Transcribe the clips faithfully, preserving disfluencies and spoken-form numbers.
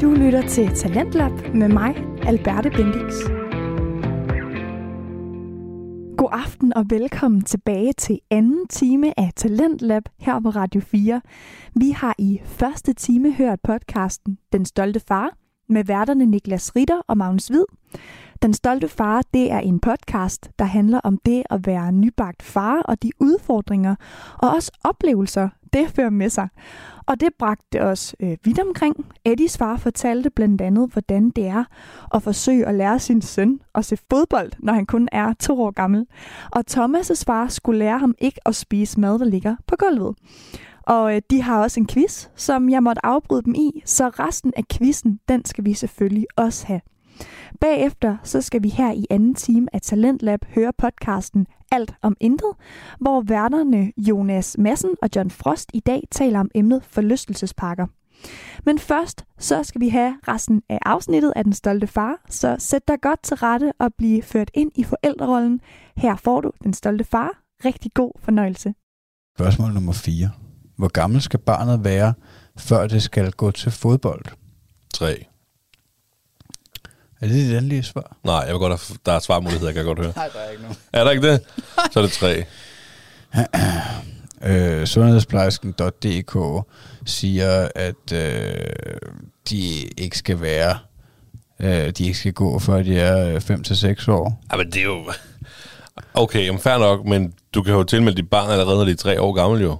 Du lytter til Talentlab med mig, Alberte Bendix. God aften og velkommen tilbage til anden time af Talentlab her på Radio fire. Vi har i første time hørt podcasten Den Stolte Far med værterne Niklas Ritter og Magnus Hvid. Den Stolte Far, det er en podcast, der handler om det at være nybagt far og de udfordringer og også oplevelser, det fører med sig. Og det bragte os øh, vidt omkring. Eddies far fortalte blandt andet, hvordan det er at forsøge at lære sin søn at se fodbold, når han kun er to år gammel. Og Thomas' far skulle lære ham ikke at spise mad, der ligger på gulvet. Og øh, de har også en quiz, som jeg måtte afbryde dem i, så resten af quizzen, den skal vi selvfølgelig også have. Bagefter så skal vi her i anden time af Talentlab høre podcasten Alt om Intet, hvor værterne Jonas Madsen og John Frost i dag taler om emnet forlystelsesparker. Men først så skal vi have resten af afsnittet af Den Stolte Far, så sæt dig godt til rette og blive ført ind i forældrerollen. Her får du Den Stolte Far. Rigtig god fornøjelse. Spørgsmål nummer fire. Hvor gammel skal barnet være, før det skal gå til fodbold? Tre. Er det dit endelige svar? Nej, jeg vil godt have, der er svarmuligheder, jeg kan godt høre. Nej, der er ikke nogen. Er der ikke det? Så er det tre. øh, Sundhedsplejersken punktum d k siger, at øh, de ikke skal være, øh, de ikke skal gå, før de er fem til seks år. Ja, men det er jo... Okay, jamen fair nok, men du kan jo tilmelde dit barn allerede, når de er tre år gammel jo.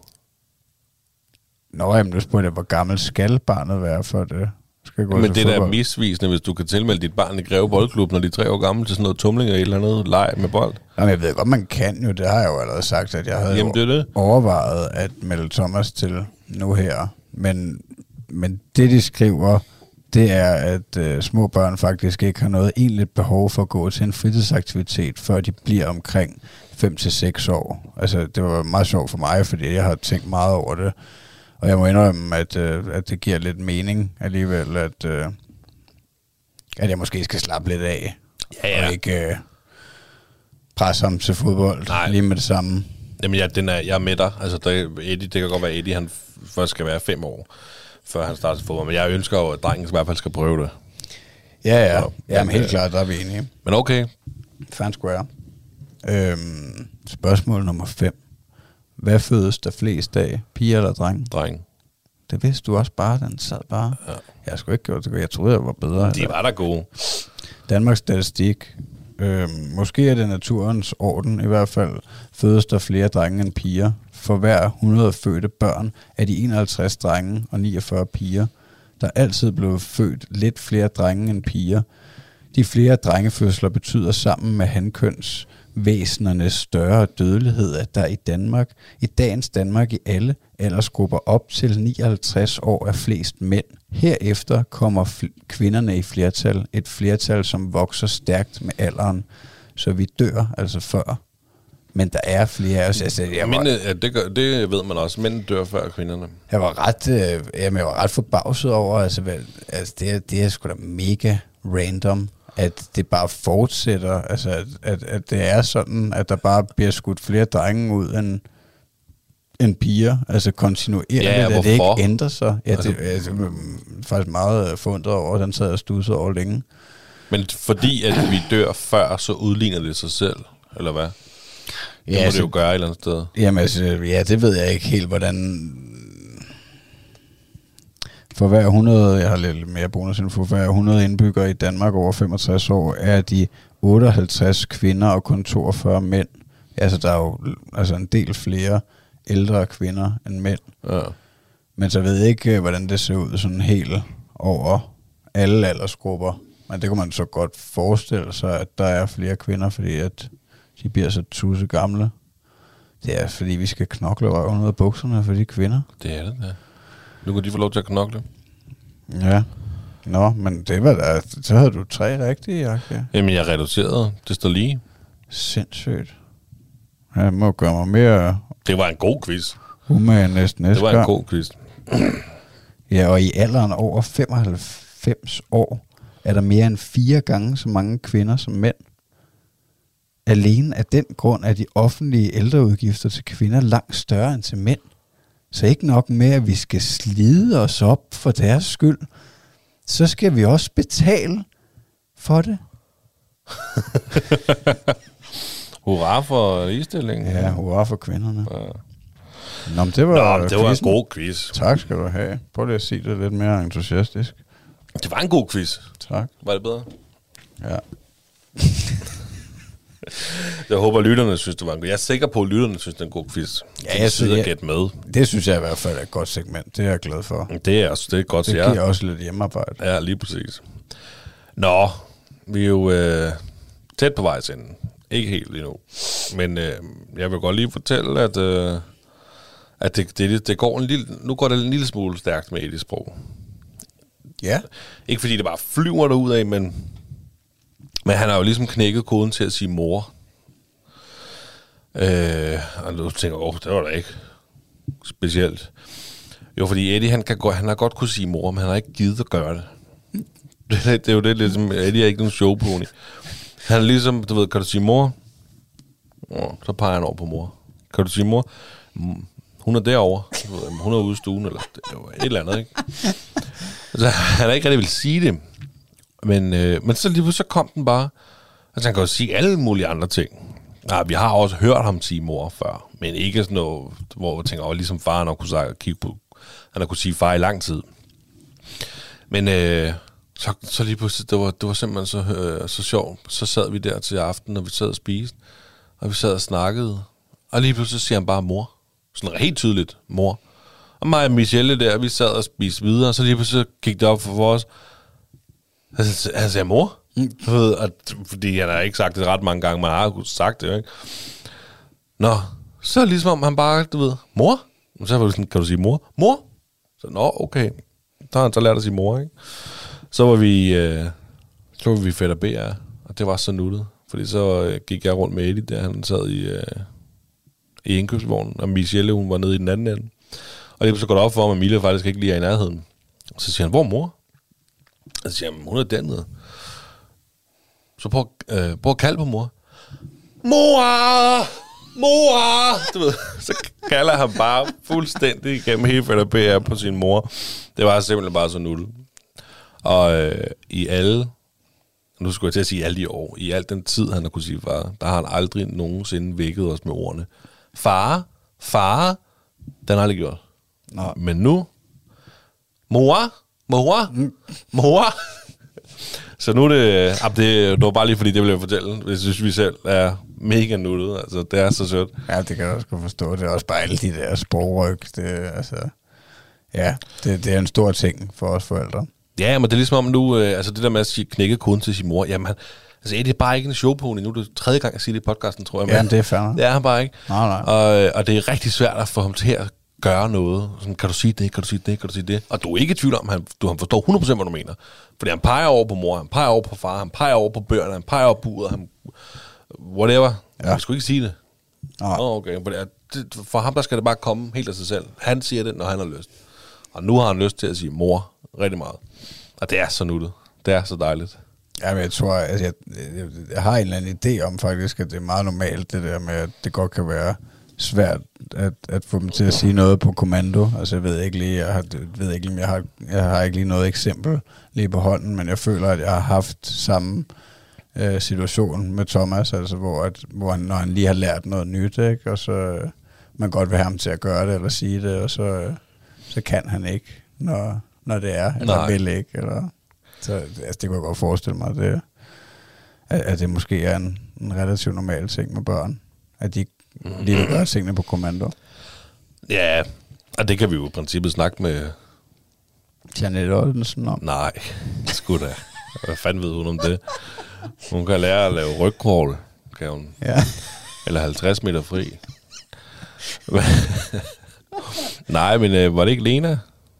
Nå, jamen, du spørger, hvor gammel skal barnet være, for det skal gå. Men det fodbold. der er misvisende, hvis du kan tilmelde dit barn i Greve Boldklub, når de er tre år gammel, til sådan noget tumling og et eller andet leg med bold. Jamen, jeg ved godt, man kan jo. Det har jeg jo allerede sagt, at jeg havde Jamen, det er det. overvejet at melde Thomas til nu her. Men, men det, de skriver, det er, at øh, små børn faktisk ikke har noget egentligt behov for at gå til en fritidsaktivitet, før de bliver omkring fem til seks år. Altså, det var meget sjovt for mig, fordi jeg har tænkt meget over det. Og jeg må indrømme, at, øh, at det giver lidt mening alligevel, at, øh, at jeg måske skal slappe lidt af. Ja, ja. Og ikke øh, presse ham til fodbold. Nej. Lige med det samme. Jamen, jeg, den er, jeg er med dig. Altså, der, Eddie, det kan godt være, at Eddie han først skal være fem år, før han starter til fodbold. Men jeg ønsker jo, at drengen i hvert fald skal prøve det. Ja, ja. Så, Jamen, helt øh, klart, der er vi enige. Men okay. Fan square. Øhm, spørgsmål nummer fem. Hvad fødes der flest af? Piger eller dreng? Dreng. Det vidste du også bare, den sad bare. Ja. Jeg skulle ikke gjort det. Jeg troede, jeg var bedre. De var da gode. Danmarks Statistik. Øhm, måske er det naturens orden. I hvert fald fødes der flere drenge end piger. For hver hundrede fødte børn er de enoghalvtreds drenge og niogfyrre piger. Der er altid blevet født lidt flere drenge end piger. De flere drengefødsler betyder sammen med hankøns væsenernes større dødelighed, at der i Danmark, i dagens Danmark i alle aldersgrupper op til nioghalvtreds år er flest mænd. Herefter kommer fl- kvinderne i flertal, et flertal, som vokser stærkt med alderen, så vi dør altså før. Men der er flere af os. Altså, jeg, var, Men, ja, det, gør, det ved man også. Mænd dør før kvinderne. jeg var ret, øh, jamen, jeg var ret forbavset over, altså, vel, altså det, er, det er sgu da mega random, at det bare fortsætter, altså at, at, at det er sådan, at der bare bliver skudt flere drenge ud end, end piger, altså kontinuerligt, Ja, at det ikke hvorfor? ændrer sig. Ja, Altså- det er altså, faktisk meget forundret over, den sad og studsede over længe. Men fordi at vi dør før, så udligner det sig selv, eller hvad? Det Ja, må altså- det jo gøre et eller andet sted. Jamen altså, ja, det ved jeg ikke helt, hvordan... For hver hundrede, jeg har lidt mere bonusinfo, for hver hundrede indbyggere i Danmark over femogtres år, er de otteoghalvtreds kvinder og kun toogfyrre mænd. Altså, der er jo altså en del flere ældre kvinder end mænd. Ja. Men så ved jeg ikke, hvordan det ser ud sådan helt over alle aldersgrupper. Men det kunne man så godt forestille sig, at der er flere kvinder, fordi at de bliver så tusse gamle. Det er, fordi vi skal knokle røven ud af bukserne for de kvinder. Det er det da. Nu kan de få lov til at knokle. Ja. Nå, men det var da... Så havde du tre rigtige, Jakke. Jamen, jeg reducerede. Det står lige. Sindssygt. Jeg må gøre mig mere Det var en god quiz. umage næsten næste Det var en gang. god quiz. Ja, og i alderen over femoghalvfems år er der mere end fire gange så mange kvinder som mænd. Alene af den grund er de offentlige ældreudgifter til kvinder langt større end til mænd. Så ikke nok med, at vi skal slide os op for deres skyld. så skal vi også betale for det. Hurra for ligestillingen. Ja, hurra for kvinderne. Ja. Nå, men det var, Nå, det var en god quiz. Tak skal du have. Prøv lige at sige det lidt mere entusiastisk. Det var en god quiz. Tak. Var det bedre? Ja. Jeg håber, lytterne synes, det var en god. Jeg er sikker på, at lytterne synes, det er en god quiz. Ja, jeg synes, jeg gætte med. Det synes jeg i hvert fald er et godt segment. Det er jeg glad for. Det er, også, det er godt, det det giver også lidt hjemmearbejde. Ja, lige præcis. Nå, vi er jo øh, tæt på vej til enden. Ikke helt lige nu. Men øh, jeg vil godt lige fortælle, at, øh, at det, det, det går en lille, nu går det en lille smule stærkt med Edis sprog. Ja. Ikke fordi det bare flyver derudad, men, men han har jo ligesom knækket koden til at sige mor. Øh, og du tænker, åh, det var da ikke specielt. Jo, fordi Eddie, han, kan gå, han har godt kunne sige mor, men han har ikke givet at gøre det. Det, det er jo det, ligesom, Eddie er ikke nogen showpony. Han er ligesom, du ved, kan du sige mor? Ja, så peger han over på mor. Kan du sige mor? Hun er derovre. Hun er ude i stuen, eller et eller andet, ikke? Altså, han har ikke rigtig vil sige det. Men, øh, men så lige så kom den bare. Altså, han kan jo sige alle mulige andre ting. Nej, vi har også hørt ham sige mor før, men ikke sådan noget, hvor jeg tænker, åh, ligesom faren har kunne sige, kigge på, han har kunne sige far i lang tid. Men øh, så, så lige pludselig, det var, det var simpelthen så, øh, så sjovt. Så sad vi der til aften, og vi sad og spiste, og vi sad og snakkede, og lige pludselig siger han bare mor. Sådan helt tydeligt, mor. Og mig og Michelle der, vi sad og spiste videre, og så lige pludselig gik det op for os. Han sagde mor. Mm. Ved, at, fordi han har ikke sagt det ret mange gange, man har sagt det, ikke? Nå, så ligesom om han bare, du ved, mor? Og så var det sådan, kan du sige mor? Mor? Så, nå, okay. Så har han så lært at sige mor, ikke? Så var vi, øh, så var vi fedt og B R, og det var så nuttet. Fordi så øh, gik jeg rundt med Eddie, der han sad i, øh, i indkøbsvognen, og Michelle, hun var nede i den anden ende. Og det så går det op for, at Emilie faktisk ikke lige er i nærheden. Så siger han, hvor er mor? Og så siger han, hun er dernede. Så prøv, øh, prøv at kalde på mor. Mor! Mor! Du ved, så kalder han bare fuldstændig igennem hele Fætter B R på sin mor. Det var simpelthen bare så nuttet. Og øh, i alle, nu skulle jeg til at sige alle de år, i al den tid, han har kunne sige far, der har han aldrig nogensinde vækket os med ordene. Far, far, den har aldrig gjort. Nå. Men nu, mor, mor, mor. Så nu er det, det, det var bare lige fordi, det ville jeg fortælle. Jeg synes, vi selv er mega nuttet. Altså, det er så sødt. Ja, det kan jeg også godt forstå. Det er også bare alle de der sprogryg. Det, altså, ja, det, det er en stor ting for os forældre. Ja, men det er ligesom om nu, øh, altså det der med at sige, knække koden til sin mor, jamen han, altså det er bare ikke en showpony. Nu er det tredje gang, jeg siger det i podcasten, tror jeg. Ja, det er fair. Det er han bare ikke. Nej, nej. Og, og det er rigtig svært at få ham til at gøre noget. Sådan, kan du sige det, kan du sige det, kan du sige det? Og du er ikke i tvivl om, han, du han forstår hundrede procent, hvad du mener. Fordi han peger over på mor, han peger over på far, han peger over på bøgerne, han peger over på uret, han, whatever. Ja. Jeg skulle ikke sige det. Nej. Oh, okay. For ham, der skal det bare komme helt af sig selv. Han siger det, når han har lyst. Og nu har han lyst til at sige mor rigtig meget. Og det er så nuttet. Det er så dejligt. Ja, men jeg tror, altså jeg, jeg, jeg har en eller anden idé om faktisk, at det er meget normalt, det der med, at det godt kan være svært at, at få dem til at sige noget på kommando. Altså jeg ved ikke lige, jeg har, ved ikke lige, jeg har, jeg har ikke lige noget eksempel lige på hånden, men jeg føler, at jeg har haft samme øh, situation med Thomas, altså hvor, at, hvor han, når han lige har lært noget nyt, ikke, og så øh, man godt vil have ham til at gøre det eller sige det, og så, øh, så kan han ikke, når, når det er, eller Nej. vil ikke, eller så altså, det kunne jeg godt forestille mig, det, at, at det måske er en, en relativt normal ting med børn, at de lige vil gøre tingene på kommando. Ja, og det kan vi jo i princippet snakke med Jeanette Oldensen om. Nej, sgu da. Hvad fanden ved hun om det? Hun kan lære at lave rygcrawl, kan hun. Ja. Eller halvtreds meter fri. Nej, men øh, var det ikke Lena?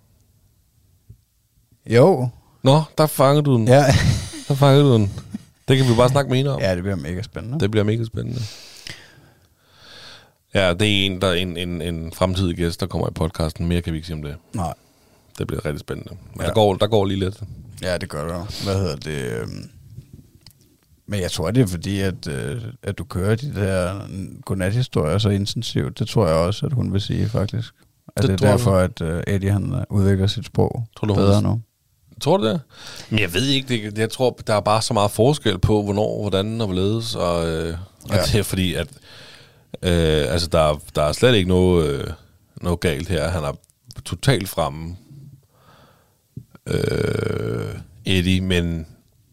Jo. Nå, der fangede du den. Ja. Der fangede du den. Det kan vi bare snakke med hende om. Ja, det bliver mega spændende. Det bliver mega spændende. Ja, det er en, der er en, en, en fremtidig gæst, der kommer i podcasten. Mere kan vi ikke sige om det. Nej. Det bliver rigtig spændende. Men ja. der, går, der går lige lidt. Ja, det gør det. Hvad hedder det? Men jeg tror, det er fordi, at, at du kører de der godnat-historier så intensivt. Det tror jeg også, at hun vil sige, faktisk. At det, det er derfor, du? At Eddie han udvikler sit sprog tror du, bedre hun, nu. Tror du det? Men jeg ved ikke, det, jeg tror, der er bare så meget forskel på, hvornår, hvordan og hvorledes, og, øh, ja. og det er fordi, at øh, altså, der, der er slet ikke noget, øh, noget galt her. Han er totalt fremme, øh, Eddie, men,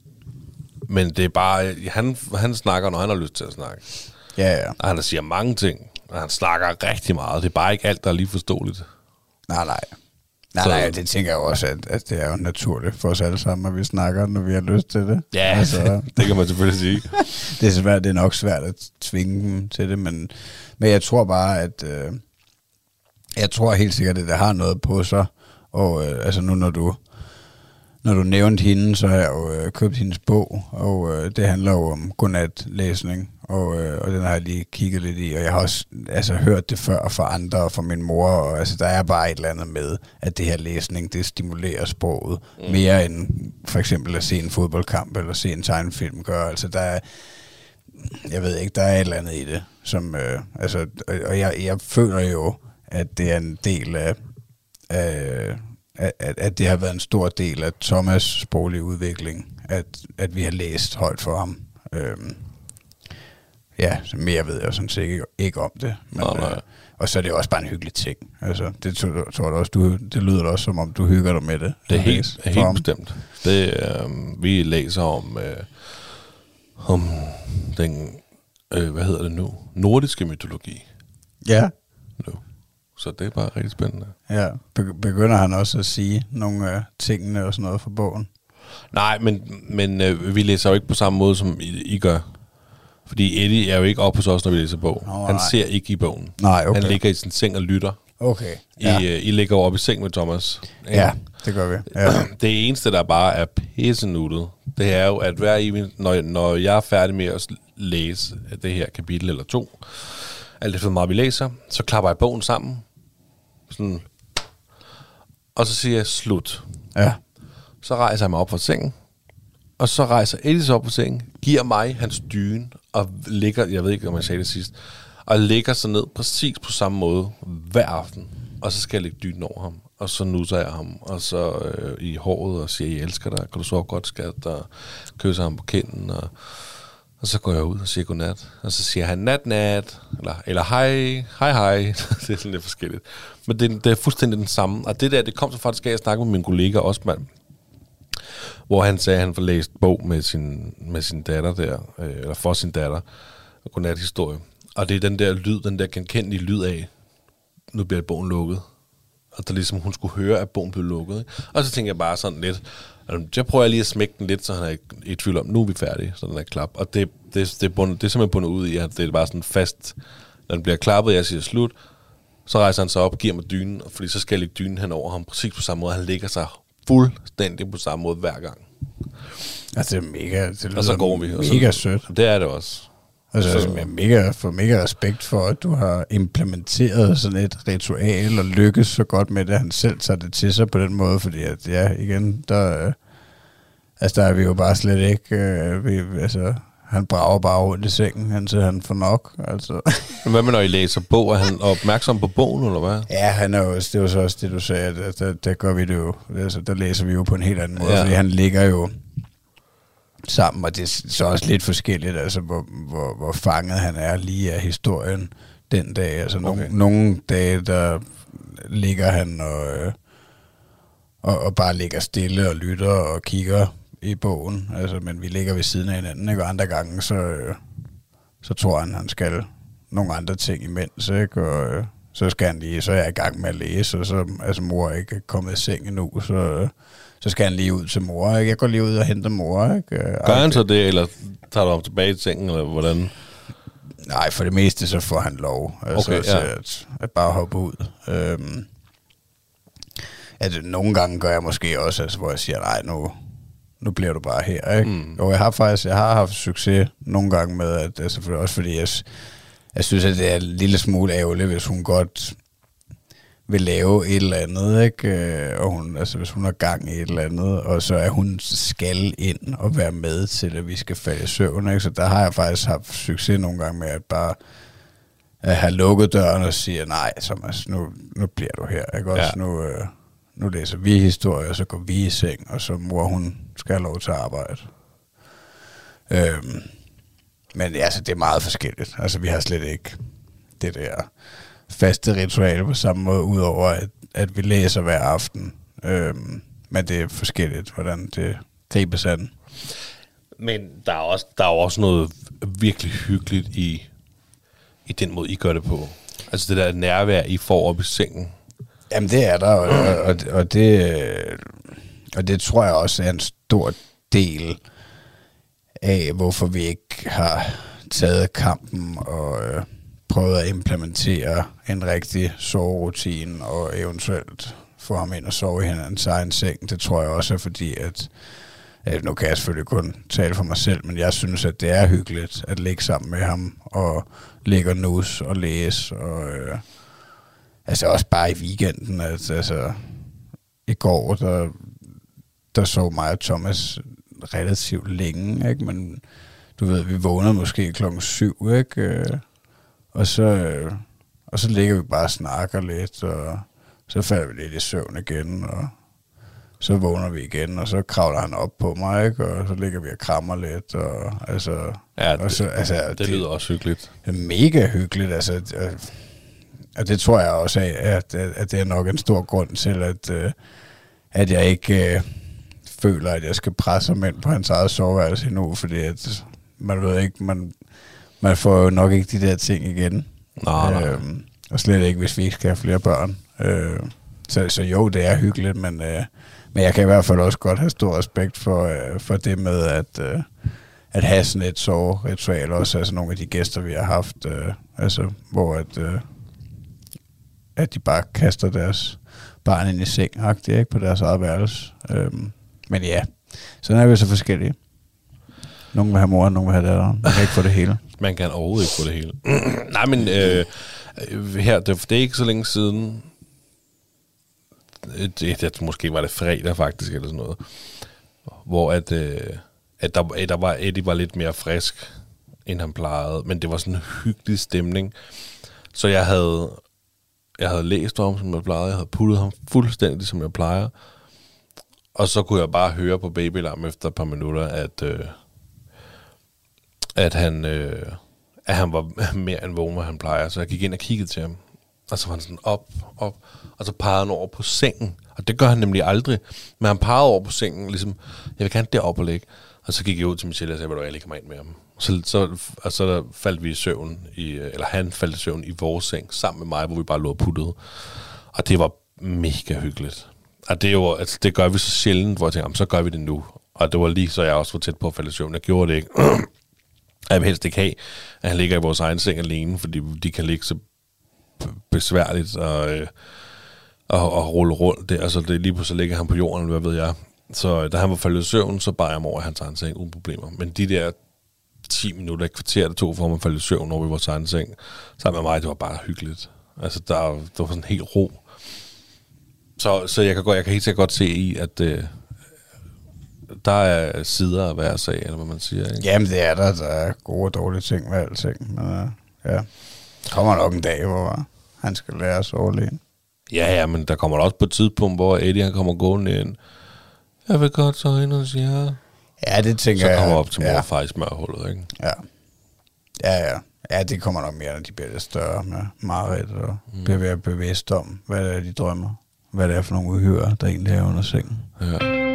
men det er bare, han, han snakker, når han har lyst til at snakke. Ja, ja. Og han siger mange ting, og han snakker rigtig meget. Det er bare ikke alt, der er lige forståeligt. Nej, nej. Nej, nej, det tænker jeg også, at, at det er jo naturligt for os alle sammen, at vi snakker, når vi har lyst til det. Ja, altså, det kan man selvfølgelig sige. Det er svært, det er nok svært at tvinge dem til det, men, men jeg tror bare, at øh, jeg tror helt sikkert, at det har noget på sig. Og øh, altså nu, når du når du nævnte hende, så har jeg jo øh, købt hendes bog, og øh, det handler jo om godnatlæsning, og, øh, og den har jeg lige kigget lidt i, og jeg har også altså, hørt det før fra andre og fra min mor, og altså, der er bare et eller andet med, at det her læsning, det stimulerer sproget, mm. mere end for eksempel at se en fodboldkamp, eller se en tegnefilm gør, altså der er, jeg ved ikke, der er et eller andet i det, som, øh, altså, og jeg, jeg føler jo, at det er en del af, af At, at det har været en stor del af Thomas' sproglige udvikling, at, at vi har læst højt for ham. Øhm, ja, mere ved jeg sådan set ikke, ikke om det. Men, nej, nej. Øh, og så er det også bare en hyggelig ting. Altså, det tror jeg også, du, det lyder også som om, du hygger dig med det. Det er helt, helt bestemt. Det, øh, vi læser om, øh, om den, øh, hvad hedder det nu, nordiske mytologi. Ja. Nu. Så det er bare rigtig spændende. Ja, begynder han også at sige nogle af tingene og sådan noget fra bogen? Nej, men, men øh, vi læser jo ikke på samme måde, som I, I gør. Fordi Eddie er jo ikke oppe hos os, når vi læser bog. Oh, han ser ikke i bogen. Nej, okay. Han ligger i sin seng og lytter. Okay, ja. I, øh, I ligger jo oppe i seng med Thomas. Ja, det gør vi. Ja. Det eneste, der bare er pissenuttet, det er jo, at hver evig, når, når jeg er færdig med at læse det her kapitel eller to, alt efter hvor meget vi læser, så klapper jeg bogen sammen. Sådan. Og så siger jeg slut. Ja. Så rejser jeg mig op fra sengen, og så rejser Eddie sig op fra sengen, giver mig hans dyne, og ligger, jeg ved ikke, om jeg sagde det sidst, og ligger sig ned præcis på samme måde hver aften. Og så skal jeg lægge dynen over ham, og så nusser jeg ham, og så øh, i håret og siger, jeg elsker dig, kan du sove godt, skat, og kysser ham på kinden, og Og så går jeg ud og siger godnat. Og så siger han nat, nat. Eller, eller hej, hej, hej. Det er sådan lidt forskelligt. Men det, det er fuldstændig den samme. Og det der, det kom så faktisk af at snakke med min kollega Osman. Hvor han sagde, at han får læst bog med sin, med sin datter der. Øh, eller for sin datter. Godnat-historie. Og det er den der lyd, den der genkendelige lyd af, nu bliver bogen lukket. Og der ligesom, hun skulle høre, at bogen blev lukket. Ikke? Og så tænker jeg bare sådan lidt, jeg prøver lige at smække den lidt, så han er i tvivl om, nu er vi færdige, så den er klap. Og det, det, det, er, bundet, det er simpelthen bundet ud i, at det er bare sådan fast, når den bliver klappet, jeg siger slut, så rejser han sig op og giver mig dynen, fordi så skal jeg lægge dynen hen over ham, præcis på samme måde. Han ligger sig fuldstændig på samme måde hver gang. Altså, det er mega, det og så går vi. Og mega så, sødt. Det er det også. Altså, jeg mega, for mega respekt for, at du har implementeret sådan et ritual og lykkes så godt med det, at han selv tager det til sig på den måde, fordi at, ja, igen, der, altså, der er vi jo bare slet ikke, øh, vi, altså, han brager bare rundt i sengen, han siger, han får nok, altså. Hvad med, når I læser bog? Er han opmærksom på bogen, eller hvad? Ja, han er jo, det er jo så også det, du sagde, at der, der gør vi det jo, altså, der læser vi jo på en helt anden måde, ja. Fordi han ligger jo sammen, og det er så også lidt forskelligt, altså hvor, hvor, hvor fanget han er lige af historien den dag. Altså okay. nogle, nogle dage, der ligger han og, øh, og, og bare ligger stille og lytter og kigger i bogen, altså, men vi ligger ved siden af hinanden, ikke? Og andre gange, så, øh, så tror han, han skal nogle andre ting imens, ikke? Og øh, så skal han lige, så er jeg i gang med at læse, og så altså mor er ikke kommet i seng endnu, så øh, så skal han lige ud til mor, ikke? Jeg går lige ud og henter mor, ikke? Gør han så det, eller tager du ham tilbage i sengen, eller hvordan? Nej, for det meste, så får han lov. Altså, okay, ja. at, at bare hoppe ud. Øhm, at nogle gange gør jeg måske også, altså, hvor jeg siger, nej, nu, nu bliver du bare her, ikke? Mm. Og jeg har faktisk, jeg har haft succes nogle gange med, at, altså, også fordi jeg, jeg synes, at det er en lille smule ærgerligt, hvis hun godt vil lave et eller andet, ikke? Og hun, altså hvis hun har gang i et eller andet, og så er hun skal ind og være med til, at vi skal falde i søvn, ikke? Så der har jeg faktisk haft succes nogle gange med at bare at have lukket døren og sige, nej, Thomas, nu, nu bliver du her, ikke? Også ja. nu, øh, nu læser vi historie, og så går vi i seng, og så mor, hun skal have lov til at arbejde. Øhm, men altså, det er meget forskelligt. Altså, vi har slet ikke det der faste ritual på samme måde, udover at, at vi læser hver aften. Øhm, men det er forskelligt, hvordan det gribes an. Men der er også, der er også noget virkelig hyggeligt i, i den måde, I gør det på. Altså det der nærvær, I får op i sengen. Jamen det er der, og, og, og, det, og det tror jeg også er en stor del af, hvorfor vi ikke har taget kampen og øh, prøvet at implementere en rigtig soverutine og eventuelt få ham ind og sove i hans egen seng. Det tror jeg også er fordi, at at nu kan jeg selvfølgelig kun tale for mig selv, men jeg synes, at det er hyggeligt at ligge sammen med ham og ligge og nus og læse. Og, øh, altså også bare i weekenden. At, altså, i går, der, der sov mig og Thomas relativt længe, ikke? Men du ved, vi vågnede måske klokken syv, ikke? Og så, øh, og så ligger vi bare og snakker lidt, og så falder vi lidt i søvn igen, og så vågner vi igen, og så kravler han op på mig, ikke? Og så ligger vi og krammer lidt, og altså... Ja, det, og så, altså, det, det lyder også hyggeligt. Det er mega hyggeligt, altså... Og det tror jeg også, at, at det er nok en stor grund til, at, at jeg ikke uh, føler, at jeg skal presse ham ind på hans eget soveværelse endnu, fordi at man ved ikke, man, man får jo nok ikke de der ting igen. Nej, nej. Øhm, og slet ikke, hvis vi ikke skal have flere børn. Øh, så, så jo, det er hyggeligt, men... Øh, Men jeg kan i hvert fald også godt have stor respekt for, øh, for det med at, øh, at have sådan et soveritual. Også altså nogle af de gæster, vi har haft, øh, altså, hvor at, øh, at de bare kaster deres barn ind i seng, ikke, på deres eget værelse. Øhm, men ja, sådan er vi så forskellige. Nogle vil have mor, nogle vil have datter. Man kan ikke få det hele. Man kan overhovedet ikke få det hele. Nej, men øh, her, det, det er ikke så længe siden... Det, det, måske var det fredag faktisk, eller sådan noget, hvor at, øh, at, der, at der var, Eddie var lidt mere frisk, end han plejede, men det var sådan en hyggelig stemning, så jeg havde, jeg havde læst ham, som jeg plejede, jeg havde puttet ham fuldstændig, som jeg plejer, og så kunne jeg bare høre på babylarm efter et par minutter, at, øh, at, han, øh, at han var mere end vågen, hvad han plejer, så jeg gik ind og kiggede til ham, og så var han sådan op, op, og så pegede han over på sengen. Og det gør han nemlig aldrig. Men han pegede over på sengen, ligesom, jeg vil gerne derop og ligge. Og så gik jeg ud til Michelle og sagde, vil du, jeg ligger mig ind med ham. Så, så, og så der faldt vi i søvn, i, eller han faldt i søvn i vores seng, sammen med mig, hvor vi bare lå og puttede. Og det var mega hyggeligt. Og det, er jo, altså, det gør vi så sjældent, hvor jeg tænker, så gør vi det nu. Og det var lige så jeg også var tæt på at falde i søvn. Jeg gjorde det ikke. Jeg vil helst ikke have, at han ligger i vores egen seng alene, fordi de kan ligge så besværligt og, øh, og, og rulle rundt der. Altså det, lige pludselig ligger han på jorden, hvad ved jeg. Så da han var faldet i søvn, så bar jeg ham over, at han tager en seng uden problemer. Men de der ti minutter, et kvarter, det tog for ham at falde i søvn over i vores egen seng, sammen med mig, det var bare hyggeligt. Altså der, der var sådan helt ro. Så, så jeg, kan godt, jeg kan helt sikkert godt se i, at øh, der er sider af hver sag, eller hvad man siger. Ikke? Jamen det er der, der er gode og dårlige ting med alting. Men øh, ja, kommer nok en dag, hvor han skal lære at sove alene. Ja, ja, men der kommer også på et tidspunkt, hvor Eddie han kommer gående ind. Jeg vil godt så ind og sige ja. Ja, det tænker jeg. jeg. Så kommer op til mor ja. og far i smørhullet, ikke? Ja. Ja, ja. Ja, det kommer nok mere, når de bliver lidt større med mareridt og mm. bliver være bevidst om, hvad det er, de drømmer. Hvad det er for nogle uhyrer, der egentlig er under sengen. Ja.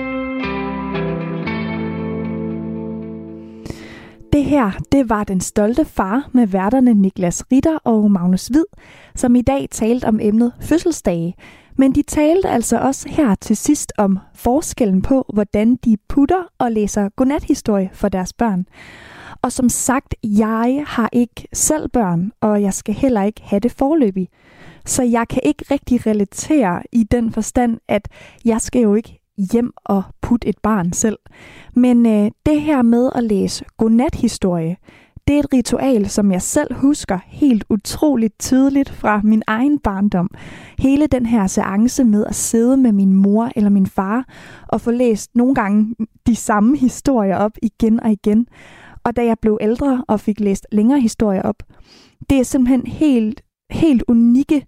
Det her, det var Den Stolte Far med værterne Niklas Ritter og Magnus Hvid, som i dag talte om emnet fødselsdage. Men de talte altså også her til sidst om forskellen på, hvordan de putter og læser godnathistorie for deres børn. Og som sagt, jeg har ikke selv børn, og jeg skal heller ikke have det foreløbig. Så jeg kan ikke rigtig relatere i den forstand, at jeg skal jo ikke hjem og putte et barn selv. Men øh, det her med at læse godnathistorie, det er et ritual, som jeg selv husker helt utroligt tydeligt fra min egen barndom. Hele den her seance med at sidde med min mor eller min far og få læst nogle gange de samme historier op igen og igen. Og da jeg blev ældre og fik læst længere historier op, det er simpelthen helt, helt unikke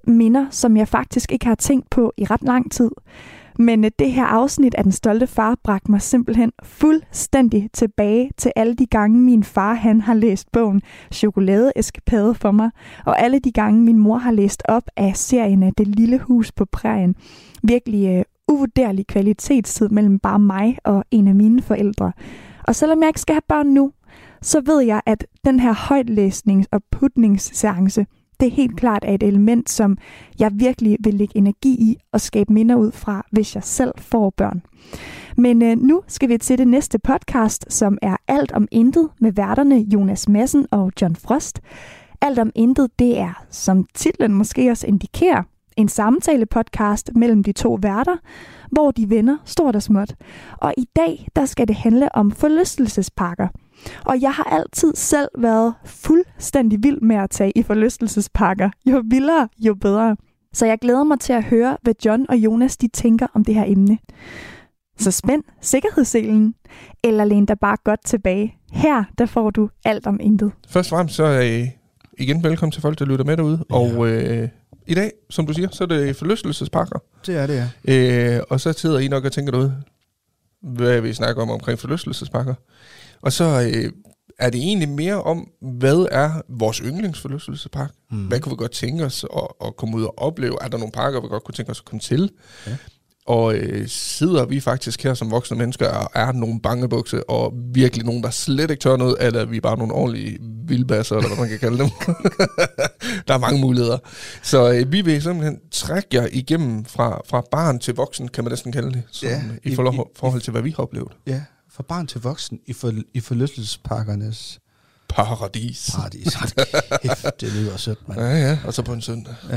minder, som jeg faktisk ikke har tænkt på i ret lang tid. Men det her afsnit af Den Stolte Far bragte mig simpelthen fuldstændig tilbage til alle de gange, min far han har læst bogen Chokoladeeskapade for mig, og alle de gange, min mor har læst op af serien Det Lille Hus på Prærien. Virkelig uh, uvurderlig kvalitetstid mellem bare mig og en af mine forældre. Og selvom jeg ikke skal have børn nu, så ved jeg, at den her højtlæsnings- og putningsseance, det er helt klart et element, som jeg virkelig vil lægge energi i og skabe minder ud fra, hvis jeg selv får børn. Men øh, nu skal vi til det næste podcast, som er Alt om Intet med værterne Jonas Madsen og John Frost. Alt om Intet, det er, som titlen måske også indikerer, en samtale-podcast mellem de to værter, hvor de vender stort og småt. Og i dag, der skal det handle om forlystelsesparker. Og jeg har altid selv været fuldstændig vild med at tage i forlystelsesparker. Jo vildere, jo bedre. Så jeg glæder mig til at høre, hvad John og Jonas de tænker om det her emne. Så spænd sikkerhedsselen, eller læn dig bare godt tilbage. Her, der får du alt om intet. Først og fremmest så er I igen velkommen til folk, der lytter med derude. Ja. Og øh, i dag, som du siger, så er det forlystelsesparker. Det er det, ja. Øh, og så sidder I nok og tænker derude, hvad vi snakker om omkring forlystelsesparker. Og så øh, er det egentlig mere om, hvad er vores yndlingsforlystelsespark? Mm. Hvad kunne vi godt tænke os at, at komme ud og opleve? Er der nogle parker, vi godt kunne tænke os at komme til? Ja. Og øh, sidder vi faktisk her som voksne mennesker og er nogle bangebukse, og virkelig nogen, der slet ikke tør noget, eller er vi bare nogle ordentlige vildbasser, eller hvad man kan kalde dem? Der er mange muligheder. Så øh, vi vil simpelthen trække jer igennem fra, fra barn til voksen, kan man næsten kalde det, som, ja, i, i forhold, i, forhold til, hvad vi har oplevet. Ja, fra barn til voksen i, for, i forlystelsesparkernes paradis. Paradis. Kæft, det lyder sødt, mand. Ja, ja, og så på en søndag. Ja,